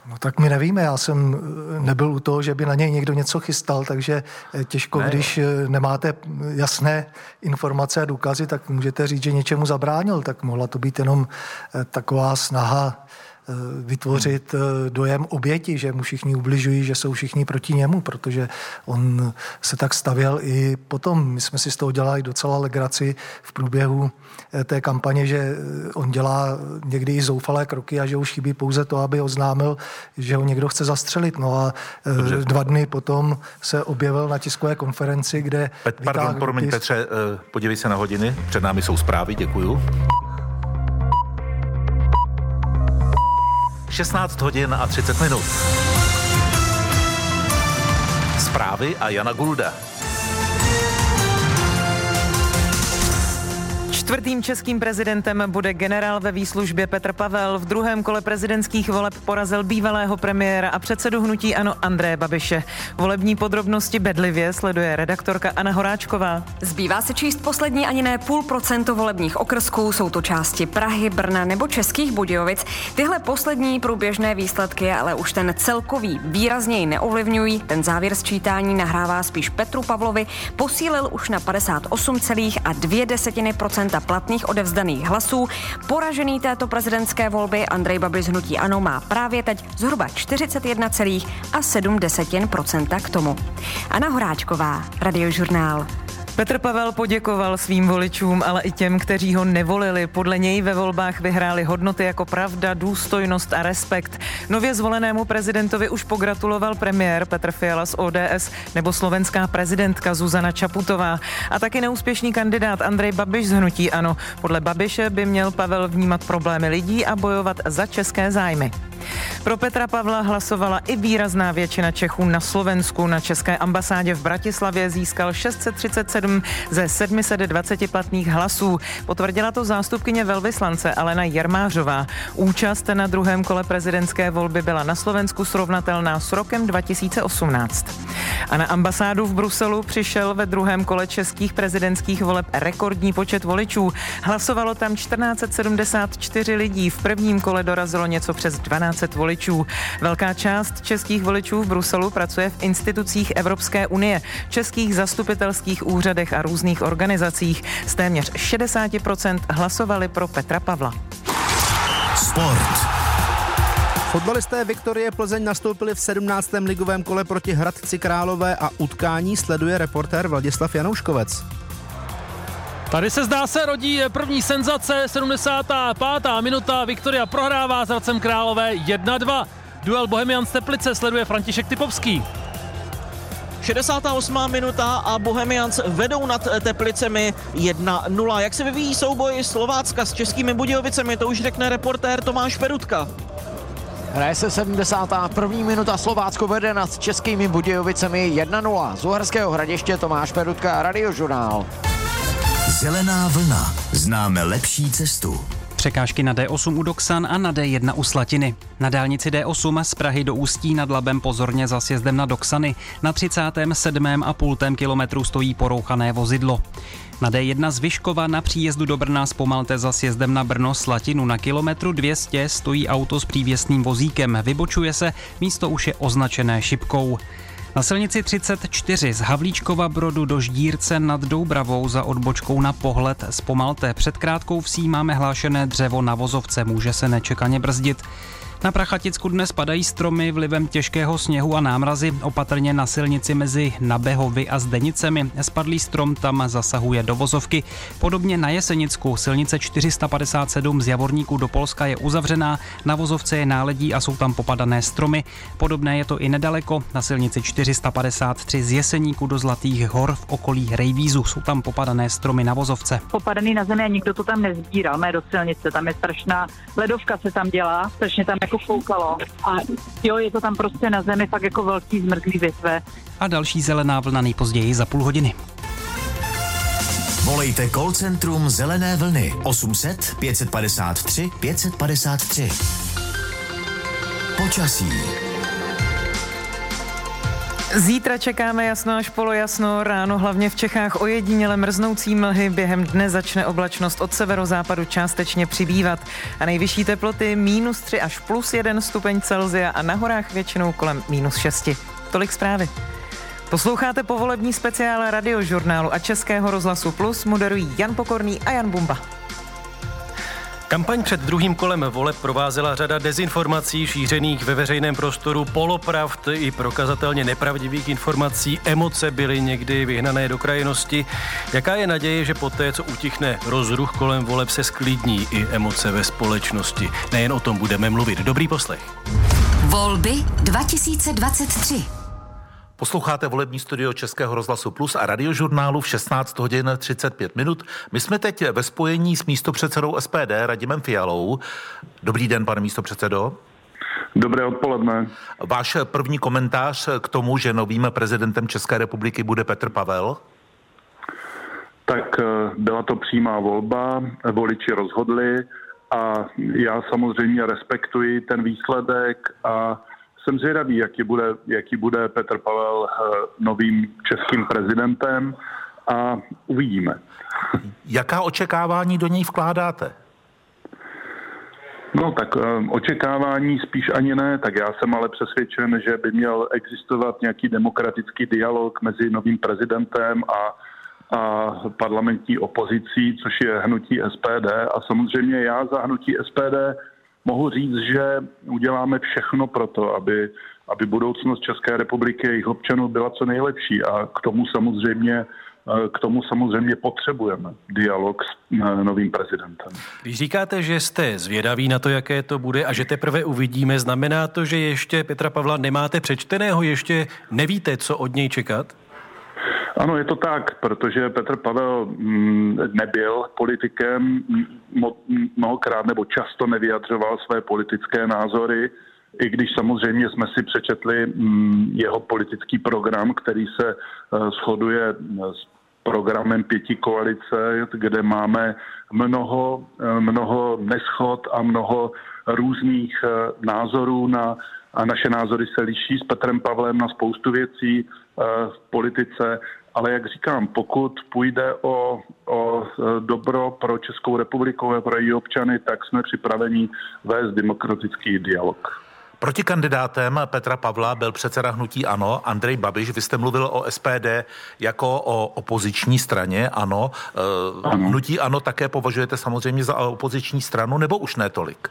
No tak my nevíme, já jsem nebyl u toho, že by na něj někdo něco chystal, takže těžko, ne, když nemáte jasné informace a důkazy, tak můžete říct, že něčemu zabránil, tak mohla to být jenom taková snaha vytvořit dojem oběti, že mu všichni ubližují, že jsou všichni proti němu, protože on se tak stavěl i potom. My jsme si z toho dělali docela legraci v průběhu té kampaně, že on dělá někdy i zoufalé kroky a že už chybí pouze to, aby oznámil, že ho někdo chce zastřelit. No a Dobře. dva dny potom se objevil na tiskové konferenci, kde... Pet, pardon, promiň tisk... Petře, podívej se na hodiny, před námi jsou zprávy, děkuju. šestnáct hodin a třicet minut. Zprávy a Jana Gulda. Čtvrtým českým prezidentem bude generál ve výslužbě Petr Pavel. V druhém kole prezidentských voleb porazil bývalého premiéra a předsedu hnutí ANO Andreje Babiše. Volební podrobnosti bedlivě sleduje redaktorka Anna Horáčková. Zbývá se číst poslední ani ne půl procento volebních okrsků, jsou to části Prahy, Brna nebo Českých Budějovic. Tyhle poslední průběžné výsledky ale už ten celkový výrazněji neovlivňují. Ten závěr sčítání nahrává spíš Petru Pavlovi, posílil už na padesát osm celá dvě desetiny procenta platných odevzdaných hlasů. Poražený této prezidentské volby Andrej Babiš z hnutí ANO má právě teď zhruba čtyřicet jedna celá sedm desetin procenta k tomu. Anna Horáčková, Radiožurnál. Petr Pavel poděkoval svým voličům, ale i těm, kteří ho nevolili. Podle něj ve volbách vyhrály hodnoty jako pravda, důstojnost a respekt. Nově zvolenému prezidentovi už pogratuloval premiér Petr Fiala z O D S nebo slovenská prezidentka Zuzana Čaputová a taky neúspěšný kandidát Andrej Babiš z hnutí ANO. Podle Babiše by měl Pavel vnímat problémy lidí a bojovat za české zájmy. Pro Petra Pavla hlasovala i výrazná většina Čechů na Slovensku. Na české ambasádě v Bratislavě získal šest set třicet sedm ze sedm set dvacet platných hlasů. Potvrdila to zástupkyně velvyslance Alena Jermářová. Účast na druhém kole prezidentské volby byla na Slovensku srovnatelná s rokem dva tisíce osmnáct. A na ambasádu v Bruselu přišel ve druhém kole českých prezidentských voleb rekordní počet voličů. Hlasovalo tam čtrnáct set sedmdesát čtyři lidí. V prvním kole dorazilo něco přes dvanáct set voličů. Velká část českých voličů v Bruselu pracuje v institucích Evropské unie, českých zastupitelských úřadech a různých organizacích. Z téměř šedesát procent hlasovali pro Petra Pavla. Sport. Fotbalisté Viktorie Plzeň nastoupili v sedmnáctém ligovém kole proti Hradci Králové a utkání sleduje reportér Vladislav Janouškovec. Tady se zdá se rodí první senzace, sedmdesátá pátá minuta, Viktoria prohrává s Hradcem Králové jedna dva. Duel Bohemians Teplice sleduje František Typovský. šedesátá osmá minuta a Bohemians vedou nad Teplicemi jedna nula. Jak se vyvíjí souboj Slovácka s Českými Budějovicemi, to už řekne reportér Tomáš Perutka. Hraje se sedmdesátá první minuta, Slovácko vede nad Českými Budějovicemi jedna nula. Z Uherského Hradiště Tomáš Perutka, Radiožurnál. Zelená vlna. Známe lepší cestu. Překážky na D osm u Doksan a na D jedna u Slatiny. Na dálnici D osm z Prahy do Ústí nad Labem pozorně za sjezdem na Doksany. Na třicátém sedmém a půltém kilometru stojí porouchané vozidlo. Na D jedna z Vyškova na příjezdu do Brna zpomalte za sjezdem na Brno Slatinu. Na kilometru dvě stě stojí auto s přívěsným vozíkem. Vybočuje se, místo už je označené šipkou. Na silnici třicet čtyři z Havlíčkova Brodu do Ždírce nad Doubravou za odbočkou na Pohled zpomalte. Před krátkou vsí máme hlášené dřevo na vozovce, může se nečekaně brzdit. Na Prachaticku dnes padají stromy vlivem těžkého sněhu a námrazy. Opatrně na silnici mezi Nabehovy a Zdenicemi. Spadlý strom tam zasahuje do vozovky. Podobně na Jesenicku silnice čtyři sta padesát sedm z Javorníku do Polska je uzavřená. Na vozovce je náledí a jsou tam popadané stromy. Podobné je to i nedaleko. Na silnici čtyři sta padesát tři z Jeseníku do Zlatých hor v okolí Rejvízu. Jsou tam popadané stromy na vozovce. Popadaný na zemi a nikdo to tam nezbíral. Mé do silnice, tam je strašná ledovka se tam dělá, strašně tam jako foukalo a jo, je to tam prostě na zemi fakt jako velký zmrzlý větve. A další zelená vlna nejpozději za půl hodiny. Volejte call centrum Zelené vlny osm set pět padesát tři pět padesát tři. Počasí. Zítra čekáme jasno až polojasno, ráno hlavně v Čechách ojediněle mrznoucí mlhy, během dne začne oblačnost od severozápadu částečně přibývat a nejvyšší teploty minus tři až plus jeden stupeň Celsia a na horách většinou kolem minus šesti. Tolik zprávy. Posloucháte povolební speciál Radiožurnálu a Českého rozhlasu Plus, moderují Jan Pokorný a Jan Bumba. Kampaň před druhým kolem voleb provázela řada dezinformací šířených ve veřejném prostoru, polopravd i prokazatelně nepravdivých informací. Emoce byly někdy vyhnané do krajnosti. Jaká je naděje, že poté, co utichne rozruch kolem voleb, se sklidní i emoce ve společnosti? Nejen o tom budeme mluvit. Dobrý poslech. Volby dva tisíce dvacet tři. Posloucháte volební studio Českého rozhlasu Plus a Radiožurnálu v šestnáct hodin třicet pět minut. My jsme teď ve spojení s místopředsedou S P D Radimem Fialou. Dobrý den, pane místopředsedo. Dobré odpoledne. Váš první komentář k tomu, že novým prezidentem České republiky bude Petr Pavel? Tak byla to přímá volba, voliči rozhodli a já samozřejmě respektuji ten výsledek a jsem zvědavý, jaký bude, jaký bude Petr Pavel novým českým prezidentem a uvidíme. Jaká očekávání do něj vkládáte? No tak očekávání spíš ani ne, tak já jsem ale přesvědčen, že by měl existovat nějaký demokratický dialog mezi novým prezidentem a, a parlamentní opozicí, což je hnutí S P D a samozřejmě já za hnutí S P D mohu říct, že uděláme všechno pro to, aby, aby budoucnost České republiky a jejich občanů byla co nejlepší a k tomu samozřejmě, k tomu samozřejmě potřebujeme dialog s novým prezidentem. Když říkáte, že jste zvědaví na to, jaké to bude a že teprve uvidíme, znamená to, že ještě Petra Pavla nemáte přečteného, ještě nevíte, co od něj čekat? Ano, je to tak, protože Petr Pavel nebyl politikem, mnohokrát nebo často nevyjadřoval své politické názory, i když samozřejmě jsme si přečetli jeho politický program, který se shoduje s programem pěti koalice, kde máme mnoho, mnoho neschod a mnoho různých názorů na, a naše názory se liší s Petrem Pavlem na spoustu věcí v politice, ale jak říkám, pokud půjde o, o dobro pro Českou republiku a pro její občany, tak jsme připraveni vést demokratický dialog. Protikandidátem Petra Pavla byl předseda hnutí ANO Andrej Babiš. Vy jste mluvil o S P D jako o opoziční straně, ano. ano. Hnutí ANO také považujete samozřejmě za opoziční stranu, nebo už ne tolik?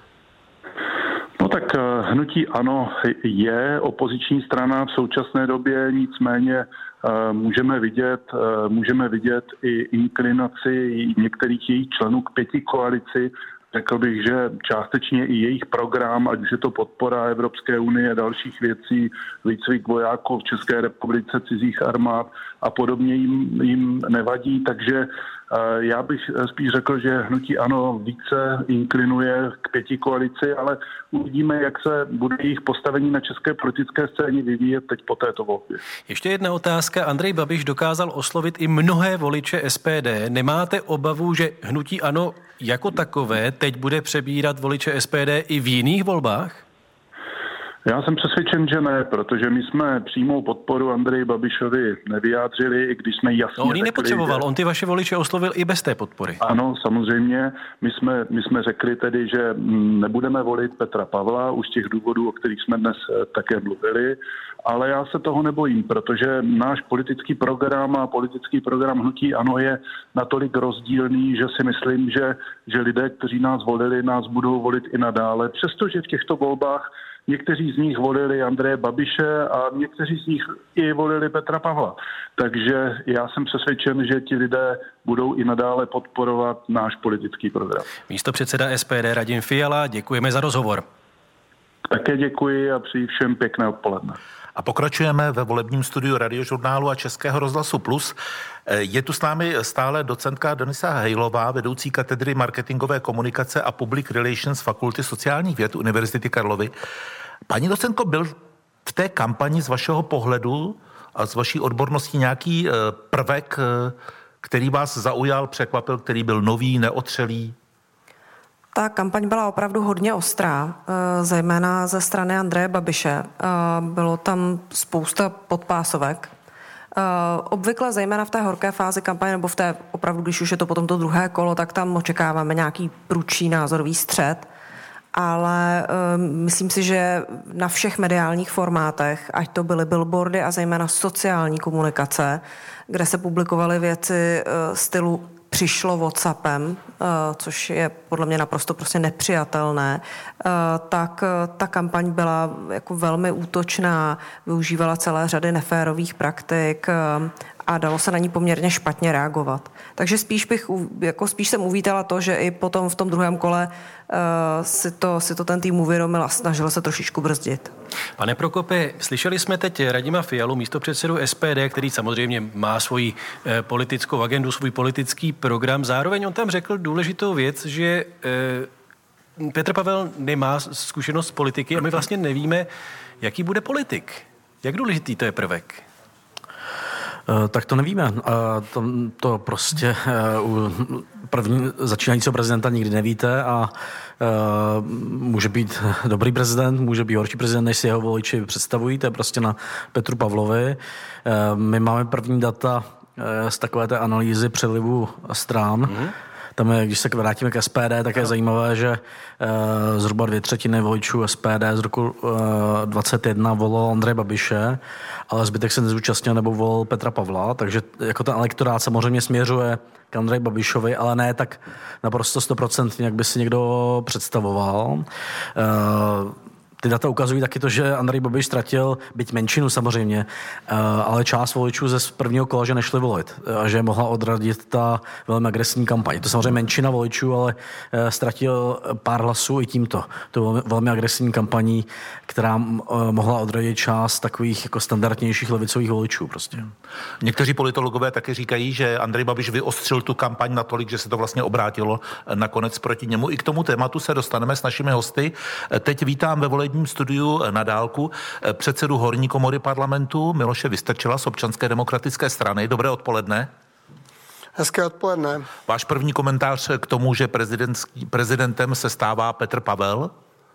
No tak hnutí ANO je opoziční strana v současné době, nicméně můžeme vidět, můžeme vidět i inklinaci některých jejich členů k pěti koalici. Řekl bych, že částečně i jejich program, ať už je to podpora Evropské unie a dalších věcí, výcvik vojáků v České republice, cizích armád a podobně jim, jim nevadí, takže já bych spíš řekl, že hnutí ANO více inklinuje k pěti koalici, ale uvidíme, jak se bude jejich postavení na české politické scéně vyvíjet teď po této volbě. Ještě jedna otázka. Andrej Babiš dokázal oslovit i mnohé voliče S P D. Nemáte obavu, že hnutí ANO jako takové teď bude přebírat voliče S P D i v jiných volbách? Já jsem přesvědčen, že ne, protože my jsme přímou podporu Andreji Babišovi nevyjádřili, i když jsme jasně... No, on ji nepotřeboval, on ty vaše voliče oslovil i bez té podpory. Ano, samozřejmě. My jsme, my jsme řekli tedy, že nebudeme volit Petra Pavla, už z těch důvodů, o kterých jsme dnes také mluvili, ale já se toho nebojím, protože náš politický program a politický program hnutí ANO je natolik rozdílný, že si myslím, že, že lidé, kteří nás volili, nás budou volit i nadále, přestože v těchto volbách někteří z nich volili Andreje Babiše a někteří z nich i volili Petra Pavla. Takže já jsem přesvědčen, že ti lidé budou i nadále podporovat náš politický program. Místopředseda S P D Radim Fiala, děkujeme za rozhovor. Také děkuji a přeji všem pěkné odpoledne. A pokračujeme ve volebním studiu Radiožurnálu a Českého rozhlasu Plus. Je tu s námi stále docentka Denisa Hejlová, vedoucí katedry marketingové komunikace a public relations Fakulty sociálních věd Univerzity Karlovy. Paní docentko, byl v té kampani z vašeho pohledu a z vaší odbornosti nějaký prvek, který vás zaujal, překvapil, který byl nový, neotřelý? Ta kampaň byla opravdu hodně ostrá, zejména ze strany Andreje Babiše. Bylo tam spousta podpásovek. Obvykle zejména v té horké fázi kampaně, nebo v té opravdu, když už je to potom to druhé kolo, tak tam očekáváme nějaký prudší názorový střet. Ale uh, myslím si, že na všech mediálních formátech, ať to byly billboardy a zejména sociální komunikace, kde se publikovaly věci uh, stylu přišlo WhatsAppem, uh, což je podle mě naprosto prostě nepřijatelné, uh, tak uh, ta kampaň byla jako velmi útočná, využívala celé řady neférových praktik uh, a dalo se na ní poměrně špatně reagovat. Takže spíš bych, jako spíš jsem uvítala to, že i potom v tom druhém kole uh, si, to, si to ten tým uvědomil a snažil se trošičku brzdit. Pane Prokope, slyšeli jsme teď Radima Fialu, místopředsedu S P D, který samozřejmě má svoji eh, politickou agendu, svůj politický program. Zároveň on tam řekl důležitou věc, že eh, Petr Pavel nemá zkušenost z politiky a my vlastně nevíme, jaký bude politik. Jak důležitý to je prvek? Tak to nevíme. To, to prostě u první začínajícího prezidenta nikdy nevíte a může být dobrý prezident, může být horší prezident, než si jeho voliči představují. To je prostě na Petru Pavlovi. My máme první data z takové té analýzy přelivu stran. Mm. Tam je, když se vrátíme k S P D, tak je zajímavé, že uh, zhruba dvě třetiny voličů S P D z roku uh, dvacet jedna volilo Andreje Babiše, ale zbytek se nezúčastnil nebo volil Petra Pavla, takže jako ten elektorát samozřejmě směřuje k Andreji Babišovi, ale ne tak naprosto stoprocentně, jak by si někdo představoval. Uh, Ty data ukazují taky to, že Andrej Babiš ztratil, byť menšinu samozřejmě, ale část voličů ze prvního kola, že nešli volit a že mohla odradit ta velmi agresivní kampaň. To samozřejmě menšina voličů, ale ztratil pár hlasů i tímto. To bylo velmi agresivní kampaní, která mohla odradit část takových jako standardnějších levicových voličů prostě. Někteří politologové taky říkají, že Andrej Babiš vyostřil tu kampaň natolik, že se to vlastně obrátilo nakonec proti němu. I k tomu tématu se dostaneme s našimi hosty. Teď vítám ve volebním studiu na dálku předsedu horní komory parlamentu Miloše Vystrčila z Občanské demokratické strany. Dobré odpoledne. Hezké odpoledne. Váš první komentář k tomu, že prezidentem se stává Petr Pavel?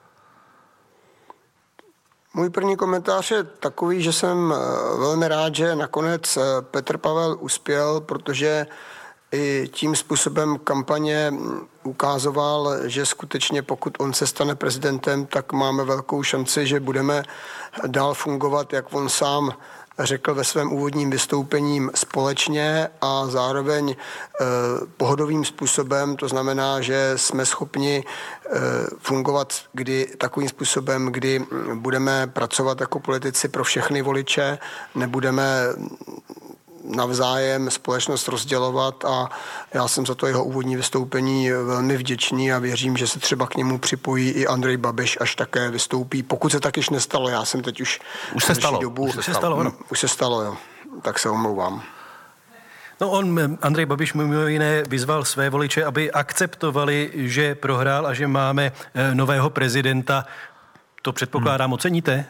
Můj první komentář je takový, že jsem velmi rád, že nakonec Petr Pavel uspěl, protože i tím způsobem kampaně ukázoval, že skutečně pokud on se stane prezidentem, tak máme velkou šanci, že budeme dál fungovat, jak on sám řekl ve svém úvodním vystoupením, společně a zároveň e, pohodovým způsobem. To znamená, že jsme schopni e, fungovat kdy, takovým způsobem, kdy budeme pracovat jako politici pro všechny voliče, nebudeme navzájem společnost rozdělovat a já jsem za to jeho úvodní vystoupení velmi vděčný a věřím, že se třeba k němu připojí i Andrej Babiš, až také vystoupí. Pokud se tak již nestalo, já jsem teď už... Už se stalo. Dobu, už se stalo. No, už se stalo, jo. Tak se omlouvám. No on, Andrej Babiš, mimo jiné vyzval své voliče, aby akceptovali, že prohrál a že máme nového prezidenta. To předpokládám, hmm. oceníte?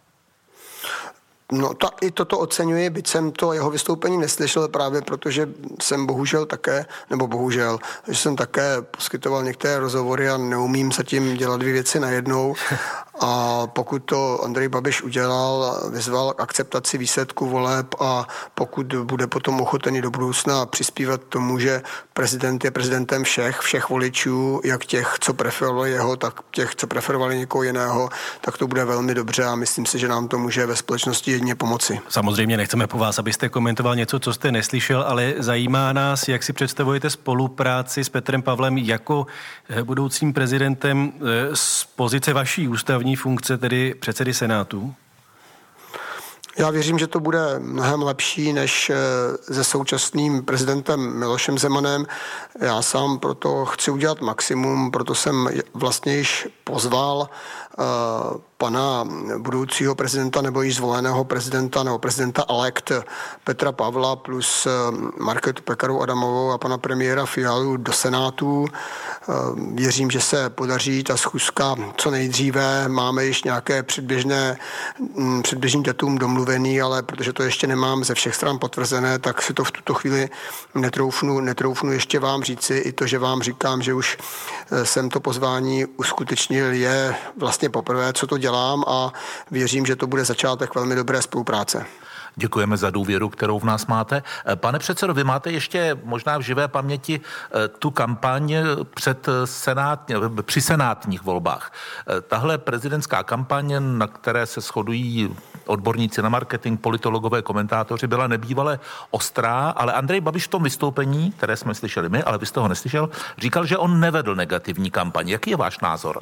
No ta, i toto oceňuji, byť jsem to jeho vystoupení neslyšel právě, protože jsem bohužel také, nebo bohužel, že jsem také poskytoval některé rozhovory a neumím zatím dělat dvě věci najednou. A pokud to Andrej Babiš udělal, vyzval k akceptaci výsledku voleb a pokud bude potom ochotený do budoucna přispívat tomu, že prezident je prezidentem všech, všech voličů, jak těch, co preferovali jeho, tak těch, co preferovali někoho jiného, tak to bude velmi dobře a myslím si, že nám to může ve společnosti jedině pomoci. Samozřejmě nechceme po vás, abyste komentoval něco, co jste neslyšel, ale zajímá nás, jak si představujete spolupráci s Petrem Pavlem jako budoucím prezidentem z pozice vaší ústavní funkce, tedy předsedy Senátu? Já věřím, že to bude mnohem lepší než se současným prezidentem Milošem Zemanem. Já sám proto chci udělat maximum, proto jsem vlastně již pozval pana budoucího prezidenta nebo již zvoleného prezidenta nebo prezidenta elect Petra Pavla plus Markétu Pekarovou Adamovou a pana premiéra Fialu do Senátu. Věřím, že se podaří ta schůzka co nejdříve. Máme již nějaké předběžné, předběžný datum domluvený, ale protože to ještě nemám ze všech stran potvrzené, tak si to v tuto chvíli netroufnu, netroufnu ještě vám říci. I to, že vám říkám, že už jsem to pozvání uskutečnil, je vlastně poprvé, co to dělám a věřím, že to bude začátek velmi dobré spolupráce. Děkujeme za důvěru, kterou v nás máte. Pane předsedo, vy máte ještě možná v živé paměti tu kampaň před senát, při senátních volbách. Tahle prezidentská kampaň, na které se shodují odborníci na marketing, politologové, komentátoři, byla nebývale ostrá, ale Andrej Babiš v tom vystoupení, které jsme slyšeli my, ale vy jste ho neslyšel, říkal, že on nevedl negativní kampaň. Jaký je váš názor?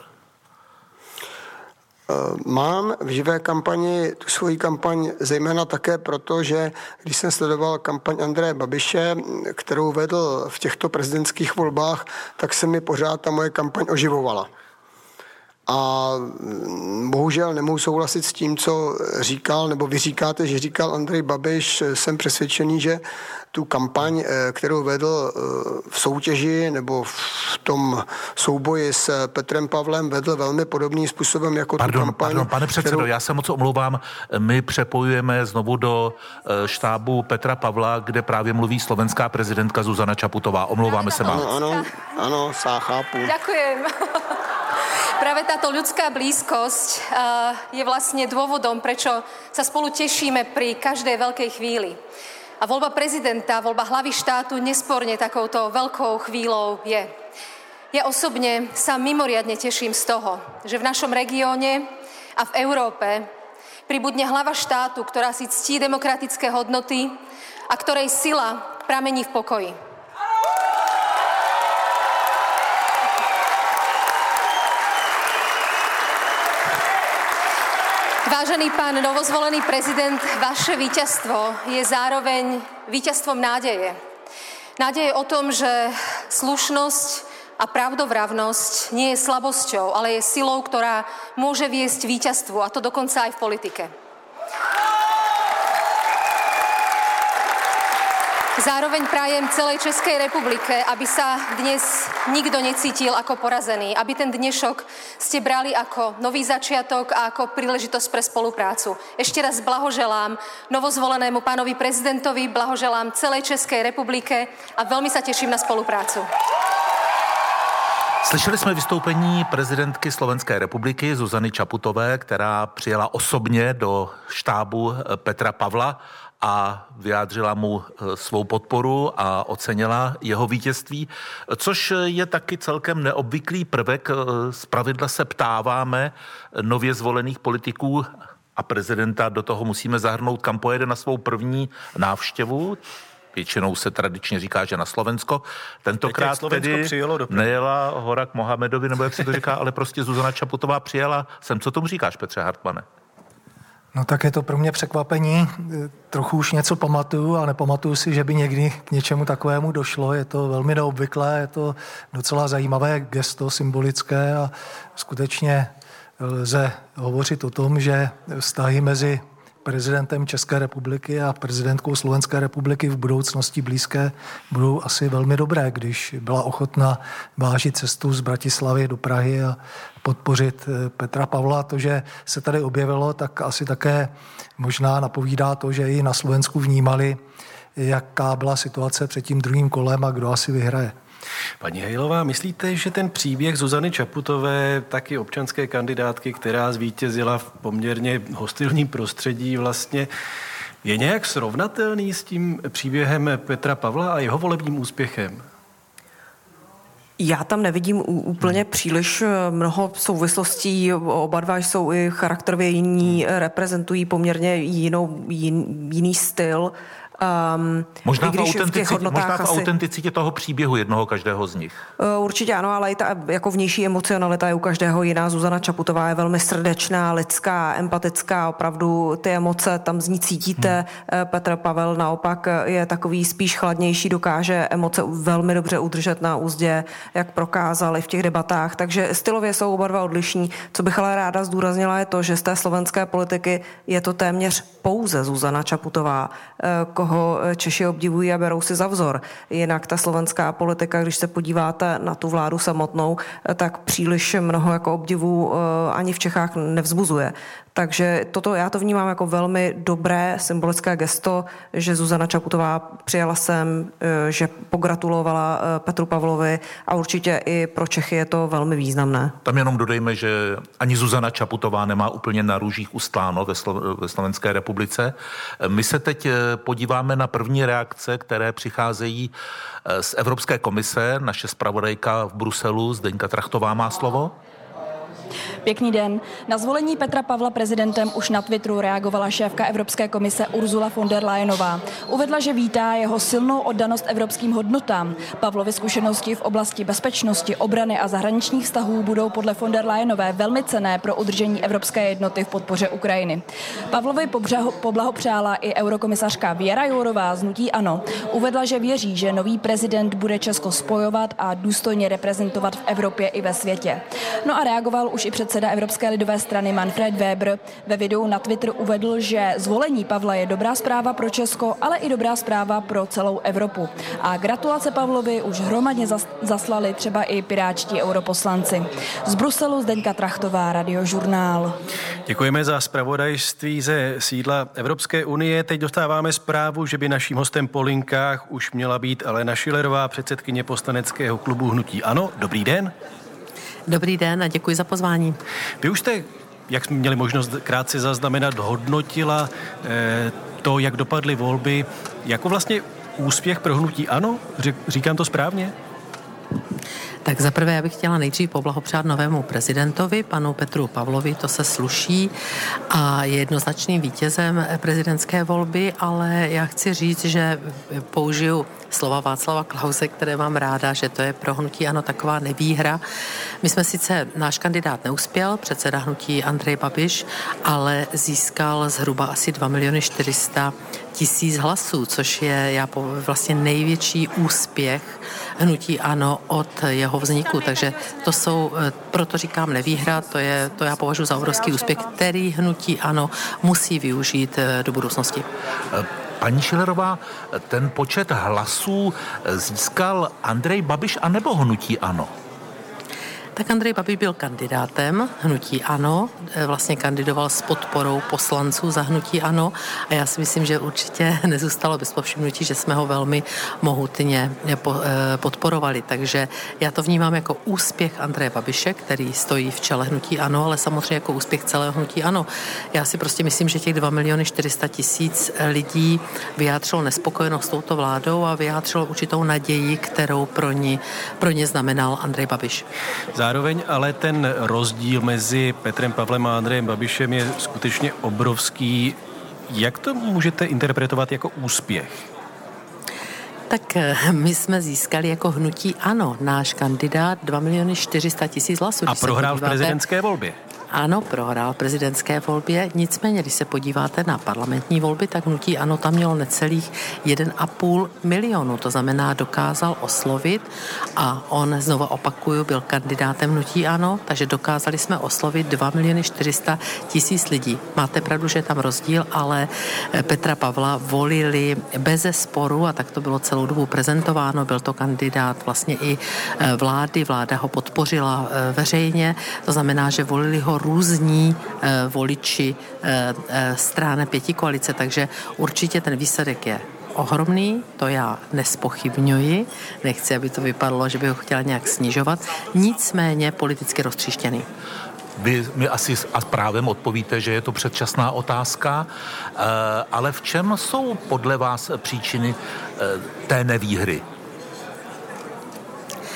Mám v živé kampani tu svoji kampaň zejména také proto, že když jsem sledoval kampaň Andreje Babiše, kterou vedl v těchto prezidentských volbách, tak se mi pořád ta moje kampaň oživovala. A bohužel nemohu souhlasit s tím, co říkal, nebo vy říkáte, že říkal Andrej Babiš. Jsem přesvědčený, že tu kampaň, kterou vedl v soutěži nebo v tom souboji s Petrem Pavlem, vedl velmi podobným způsobem jako pardon, tu kampaň. Pardon, pane předsedo, kterou... já se moc omlouvám. My přepojujeme znovu do štábu Petra Pavla, kde právě mluví slovenská prezidentka Zuzana Čaputová. Omlouváme se vám. Ano, ano, ano, sá chápu. Ďakujem. Práve táto ľudská blízkosť je vlastne dôvodom, prečo sa spolu tešíme pri každej veľkej chvíli. A voľba prezidenta, voľba hlavy štátu nesporne takouto veľkou chvíľou je. Ja osobne sa mimoriadne teším z toho, že v našom regióne a v Európe pribudne hlava štátu, ktorá si ctí demokratické hodnoty a ktorej sila pramení v pokoji. Vážený pán novozvolený prezident, vaše víťazstvo je zároveň víťazstvom nádeje. Nádeje o tom, že slušnosť a pravdovravnosť nie je slabosťou, ale je silou, ktorá môže viesť víťazstvu, a to dokonca aj v politike. Zároveň prajem celej Českej republike, aby sa dnes nikto necítil ako porazený, aby ten dnešok ste brali ako nový začiatok a ako príležitosť pre spoluprácu. Ešte raz blahoželám novozvolenému pánovi prezidentovi, blahoželám celej Českej republike a veľmi sa teším na spoluprácu. Slyšeli jsme vystoupení prezidentky Slovenské republiky Zuzany Čaputové, která přijela osobně do štábu Petra Pavla a vyjádřila mu svou podporu a ocenila jeho vítězství, což je taky celkem neobvyklý prvek. Zpravidla se ptáváme nově zvolených politiků a prezidenta, do toho musíme zahrnout, kam pojede na svou první návštěvu. Většinou se tradičně říká, že na Slovensko. Tentokrát tedy nejela hora k Mohamedovi, nebo jak se to říká, ale prostě Zuzana Čaputová přijela sem. Co tomu říkáš, Petře Hartmane? No tak je to pro mě překvapení. Trochu už něco pamatuju a nepamatuju si, že by někdy k něčemu takovému došlo. Je to velmi neobvyklé, je to docela zajímavé gesto, symbolické a skutečně lze hovořit o tom, že vztahy mezi prezidentem České republiky a prezidentkou Slovenské republiky v budoucnosti blízké budou asi velmi dobré, když byla ochotna vážit cestu z Bratislavy do Prahy a podpořit Petra Pavla. To, že se tady objevilo, tak asi také možná napovídá to, že i na Slovensku vnímali, jaká byla situace před tím druhým kolem a kdo asi vyhraje. Paní Hejlová, myslíte, že ten příběh Zuzany Čaputové, taky občanské kandidátky, která zvítězila v poměrně hostilním prostředí, vlastně je nějak srovnatelný s tím příběhem Petra Pavla a jeho volebním úspěchem? Já tam nevidím úplně příliš mnoho souvislostí. Oba dva jsou i charakterově jiní, reprezentují poměrně jinou, jin, jiný styl. Um, možná, v autenticitě, v možná v asi... autenticitě toho příběhu jednoho každého z nich. Uh, určitě ano, ale i ta jako vnější emocionalita je u každého jiná. Zuzana Čaputová je velmi srdečná, lidská, empatická, opravdu ty emoce tam z ní cítíte. Hmm. Petr Pavel naopak je takový spíš chladnější, dokáže emoce velmi dobře udržet na úzdě, jak prokázali v těch debatách, takže stylově jsou oba dva odlišní. Co bych ale ráda zdůraznila je to, že z té slovenské politiky je to téměř pouze Zuzana Čaputová, koho Češi obdivují a berou si za vzor. Jinak ta slovenská politika, když se podíváte na tu vládu samotnou, tak příliš mnoho jako obdivů ani v Čechách nevzbuzuje. Takže toto já to vnímám jako velmi dobré symbolické gesto, že Zuzana Čaputová přijala sem, že pogratulovala Petru Pavlovi a určitě i pro Čechy je to velmi významné. Tam jenom dodejme, že ani Zuzana Čaputová nemá úplně na růžích ustláno ve, Slo- ve Slovenské republice. My se teď podíváme na první reakce, které přicházejí z Evropské komise. Naše zpravodajka v Bruselu, Zdeňka Trachtová, má slovo. Pěkný den. Na zvolení Petra Pavla prezidentem už na Twitteru reagovala šéfka Evropské komise Ursula von der Leyenová. Uvedla, že vítá jeho silnou oddanost evropským hodnotám. Pavlovy zkušenosti v oblasti bezpečnosti, obrany a zahraničních vztahů budou podle von der Leyenové velmi cenné pro udržení evropské jednoty v podpoře Ukrajiny. Pavlovi poblahopřála i eurokomisařka Věra Jourová z hnutí ANO. Uvedla, že věří, že nový prezident bude Česko spojovat a důstojně reprezentovat v Evropě i ve světě. No a reagoval už i předseda Evropské lidové strany Manfred Weber. Ve videu na Twitter uvedl, že zvolení Pavla je dobrá zpráva pro Česko, ale i dobrá zpráva pro celou Evropu. A gratulace Pavlovi už hromadně zaslali třeba i pirátští europoslanci. Z Bruselu Zdeňka Trachtová, Radiožurnál. Děkujeme za zpravodajství ze sídla Evropské unie. Teď dostáváme zprávu, že by naším hostem po linkách už měla být Alena Schillerová, předsedkyně poslaneckého klubu Hnutí ANO. Dobrý den. Dobrý den a děkuji za pozvání. Vy už jste, jak jsme měli možnost krátce zaznamenat, hodnotila eh, to, jak dopadly volby, jako vlastně úspěch pro Hnutí ANO? Říkám to správně? Tak zaprvé já bych chtěla nejdřív poblahopřát novému prezidentovi, panu Petru Pavlovi, to se sluší a je jednoznačným vítězem prezidentské volby, ale já chci říct, že použiju slova Václava Klause, které mám ráda, že to je pro Hnutí ANO taková nevýhra. My jsme sice, náš kandidát neuspěl, předseda Hnutí Andrej Babiš, ale získal zhruba asi dva miliony čtyři sta tisíc hlasů, což je já vlastně největší úspěch Hnutí ANO od jeho vzniku, takže to jsou, proto říkám nevýhra, to je, to já považuji za obrovský úspěch, který Hnutí ANO musí využít do budoucnosti. Paní Schillerová, ten počet hlasů získal Andrej Babiš anebo Hnutí ANO? Tak Andrej Babiš byl kandidátem Hnutí ANO, vlastně kandidoval s podporou poslanců za Hnutí ANO a já si myslím, že určitě nezůstalo bez povšimnutí, že jsme ho velmi mohutně podporovali. Takže já to vnímám jako úspěch Andreje Babiše, který stojí v čele Hnutí ANO, ale samozřejmě jako úspěch celého Hnutí ANO. Já si prostě myslím, že těch dva miliony čtyři sta tisíc lidí vyjádřilo nespokojenost s touto vládou a vyjádřilo určitou naději, kterou pro ní, pro ně znamenal Andrej Babiš. Zároveň ale ten rozdíl mezi Petrem Pavlem a Andrejem Babišem je skutečně obrovský. Jak to můžete interpretovat jako úspěch? Tak my jsme získali jako Hnutí ANO, náš kandidát dva miliony čtyři sta tisíc hlasů. A prohrál v prezidentské volbě. Ano, prohrál v prezidentské volbě, nicméně, když se podíváte na parlamentní volby, tak Hnutí ANO tam mělo necelých jeden a půl milionu, to znamená dokázal oslovit a on, znovu opakuju, byl kandidátem Hnutí ANO, takže dokázali jsme oslovit dva miliony čtyři sta tisíc lidí. Máte pravdu, že je tam rozdíl, ale Petra Pavla volili beze sporu a tak to bylo celou dobu prezentováno, byl to kandidát vlastně i vlády, vláda ho podpořila veřejně, to znamená, že volili ho různí e, voliči e, e, strany pětikoalice, takže určitě ten výsledek je ohromný, to já nespochybňuji, nechci, aby to vypadalo, že bych ho chtěla nějak snižovat, nicméně politicky roztříštěný. Vy mi asi a právem odpovíte, že je to předčasná otázka, ale v čem jsou podle vás příčiny té nevýhry?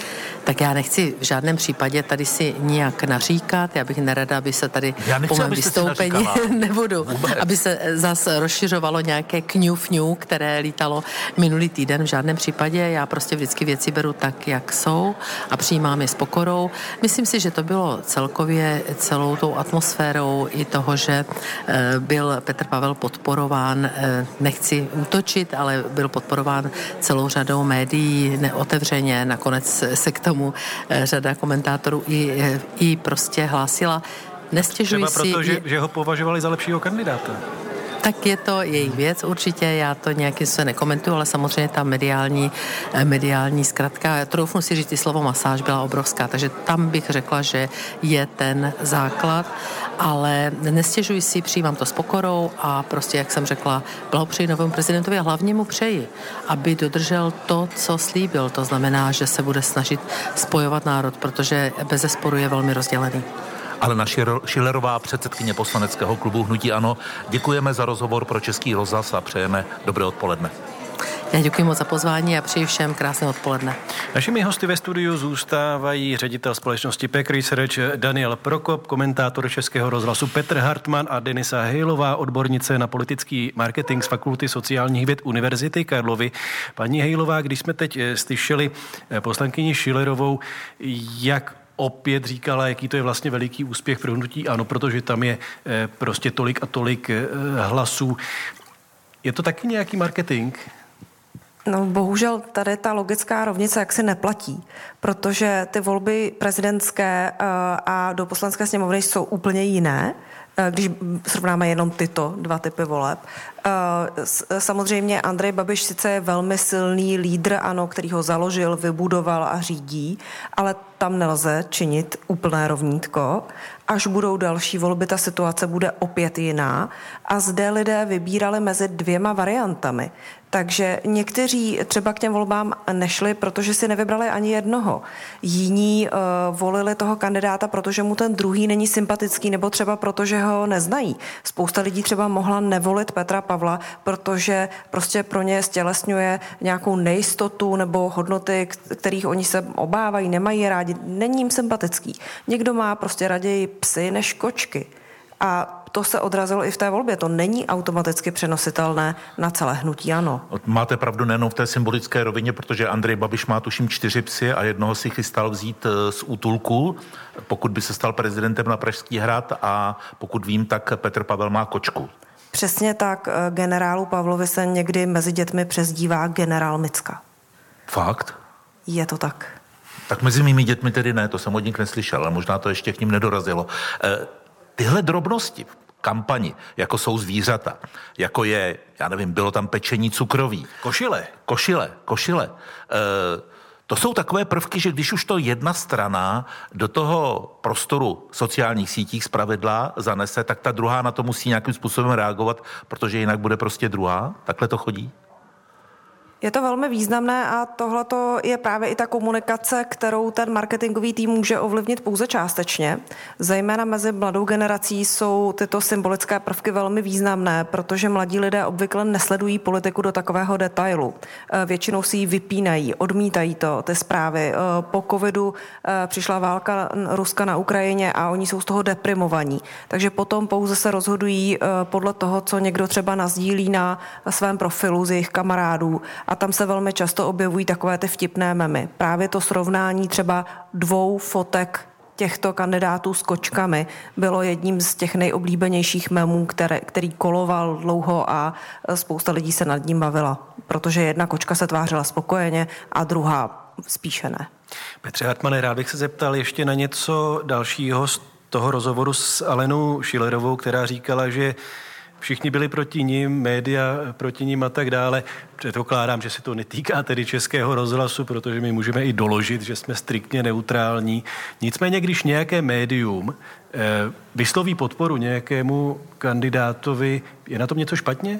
Tak já nechci v žádném případě tady si nijak naříkat, já bych nerada, aby se tady nechci, po mém vystoupení nebudu, Vůbec. aby se zase rozšiřovalo nějaké kňu-fňu, které lítalo minulý týden. V žádném případě, já prostě vždycky věci beru tak, jak jsou a přijímám je s pokorou. Myslím si, že to bylo celkově celou tou atmosférou i toho, že byl Petr Pavel podporován, nechci útočit, ale byl podporován celou řadou médií neotevřeně, nakonec se k tomu řada komentátorů i, i prostě hlásila. Nestěžuji Třeba proto, si... že, že ho považovali za lepšího kandidáta. Tak je to jejich věc určitě, já to nějakým se nekomentuju, ale samozřejmě ta mediální, mediální zkratka, troufnu si říct, ty slovo masáž byla obrovská, takže tam bych řekla, že je ten základ, ale nestěžuji si, přijímám to s pokorou a prostě, jak jsem řekla, blahopřeji novému prezidentovi a hlavně mu přeji, aby dodržel to, co slíbil, to znamená, že se bude snažit spojovat národ, protože bezesporu je velmi rozdělený. Alena Schillerová, předsedkyně poslaneckého klubu Hnutí ANO. Děkujeme za rozhovor pro Český rozhlas a přejeme dobré odpoledne. Já děkuji moc za pozvání a přeji všem krásné odpoledne. Našimi hosty ve studiu zůstávají ředitel společnosti P E C Research Daniel Prokop, komentátor Českého rozhlasu Petr Hartmann a Denisa Hejlová, odbornice na politický marketing z Fakulty sociálních věd Univerzity Karlovy. Paní Hejlová, když jsme teď slyšeli poslankyni Schillerovou, jak opět říkala, jaký to je vlastně veliký úspěch pro hnutí ANO, protože tam je prostě tolik a tolik hlasů. Je to taky nějaký marketing? No bohužel tady ta logická rovnice jaksi neplatí, protože ty volby prezidentské a do poslanecké sněmovny jsou úplně jiné, když srovnáme jenom tyto dva typy voleb. Samozřejmě Andrej Babiš sice je velmi silný lídr ANO, který ho založil, vybudoval a řídí, ale tam nelze činit úplné rovnítko. Až budou další volby, ta situace bude opět jiná a zde lidé vybírali mezi dvěma variantami. Takže někteří třeba k těm volbám nešli, protože si nevybrali ani jednoho. Jiní uh, volili toho kandidáta, protože mu ten druhý není sympatický, nebo třeba protože ho neznají. Spousta lidí třeba mohla nevolit Petra Pavla, protože prostě pro ně stělesňuje nějakou nejistotu nebo hodnoty, kterých oni se obávají, nemají rádi. Není jim sympatický. Někdo má prostě raději psy než kočky. A to se odrazilo i v té volbě. To není automaticky přenositelné na celé hnutí ANO. Máte pravdu nejenom v té symbolické rovině, protože Andrej Babiš má tuším čtyři psy a jednoho si chystal vzít z útulku, pokud by se stal prezidentem na Pražský hrad, a pokud vím, tak Petr Pavel má kočku. Přesně tak. Generálu Pavlovi se někdy mezi dětmi přezdívá generál Micka. Fakt? Je to tak. Tak mezi mými dětmi tedy ne, to jsem od nich neslyšel, ale možná to ještě k ním nedorazilo. E, tyhle drobnosti v kampani, jako jsou zvířata, jako je, já nevím, bylo tam pečení cukroví. Košile. Košile, košile. E, to jsou takové prvky, že když už to jedna strana do toho prostoru sociálních sítích zpravidla zanese, tak ta druhá na to musí nějakým způsobem reagovat, protože jinak bude prostě druhá. Takhle to chodí? Je to velmi významné a tohleto je právě i ta komunikace, kterou ten marketingový tým může ovlivnit pouze částečně. Zejména mezi mladou generací jsou tyto symbolické prvky velmi významné, protože mladí lidé obvykle nesledují politiku do takového detailu. Většinou si ji vypínají, odmítají to, ty zprávy. Po covidu přišla válka Ruska na Ukrajině a oni jsou z toho deprimovaní. Takže potom pouze se rozhodují podle toho, co někdo třeba nazdílí na svém profilu z jejich kamarádů. A tam se velmi často objevují takové ty vtipné memy. Právě to srovnání třeba dvou fotek těchto kandidátů s kočkami bylo jedním z těch nejoblíbenějších memů, které, který koloval dlouho a spousta lidí se nad ním bavila, protože jedna kočka se tvářila spokojeně a druhá spíše ne. Petře Hartmane, rád bych se zeptal ještě na něco dalšího z toho rozhovoru s Alenou Schillerovou, která říkala, že všichni byli proti nim, média proti nim a tak dále. Předpokládám, že se to netýká tedy Českého rozhlasu, protože my můžeme i doložit, že jsme striktně neutrální. Nicméně, když nějaké médium eh, vysloví podporu nějakému kandidátovi, je na tom něco špatně?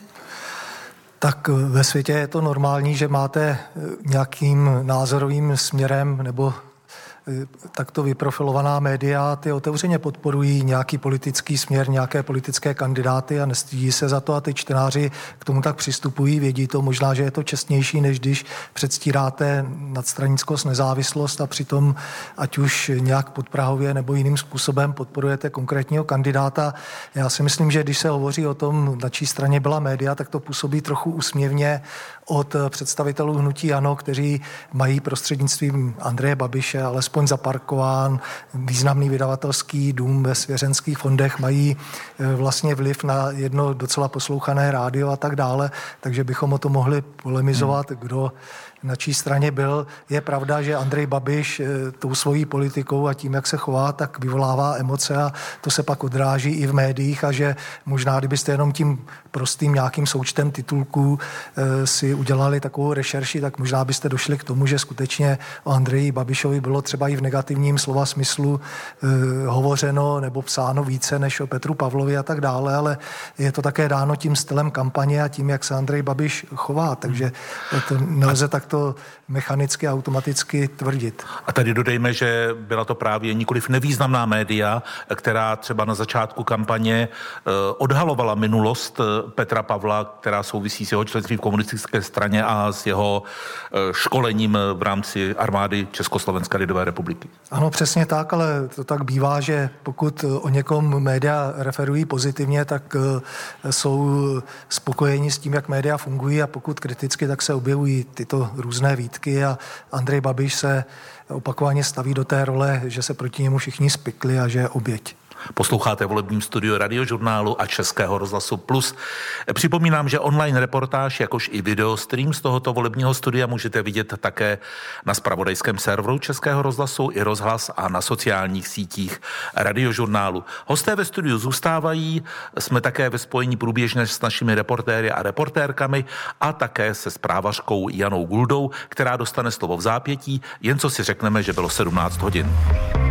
Tak ve světě je to normální, že máte nějakým názorovým směrem nebo takto vyprofilovaná média, ty otevřeně podporují nějaký politický směr, nějaké politické kandidáty a nestydí se za to a ty čtenáři k tomu tak přistupují, vědí to, možná, že je to čestnější, než když předstíráte nadstranickost, nezávislost a přitom ať už nějak podprahově nebo jiným způsobem podporujete konkrétního kandidáta. Já si myslím, že když se hovoří o tom, na čí straně byla média, tak to působí trochu úsměvně od představitelů hnutí ANO, kteří mají prostřednictvím Andreje Babiše alespoň zaparkován významný vydavatelský dům ve svěřenských fondech, mají vlastně vliv na jedno docela poslouchané rádio a tak dále, takže bychom o to mohli polemizovat, hmm. kdo na čí straně byl. Je pravda, že Andrej Babiš tou svojí politikou a tím, jak se chová, tak vyvolává emoce a to se pak odráží i v médiích a že možná, kdybyste jenom tím prostým nějakým součtem titulků si udělali takovou rešerši, tak možná byste došli k tomu, že skutečně o Andreji Babišovi bylo třeba i v negativním slova smyslu hovořeno nebo psáno více než o Petru Pavlovi a tak dále, ale je to také dáno tím stylem kampaně a tím, jak se Andrej Babiš chová, takže to nelze takto mechanicky, automaticky tvrdit. A tady dodejme, že byla to právě nikoliv nevýznamná média, která třeba na začátku kampaně eh, odhalovala minulost Petra Pavla, která souvisí s jeho členstvím v komunistické straně a s jeho eh, školením v rámci armády Československé lidové republiky. Ano, přesně tak, ale to tak bývá, že pokud o někom média referují pozitivně, tak eh, jsou spokojeni s tím, jak média fungují a pokud kriticky, tak se objevují tyto různé výtky a Andrej Babiš se opakovaně staví do té role, že se proti němu všichni spikli a že je oběť. Posloucháte volebním studiu Radiožurnálu a Českého rozhlasu Plus. Připomínám, že online reportáž, jakož i videostream z tohoto volebního studia můžete vidět také na zpravodajském serveru Českého rozhlasu i rozhlas a na sociálních sítích Radiožurnálu. Hosté ve studiu zůstávají, jsme také ve spojení průběžně s našimi reportéry a reportérkami a také se zprávařkou Janou Guldou, která dostane slovo v zápětí, jen co si řekneme, že bylo sedmnáct hodin.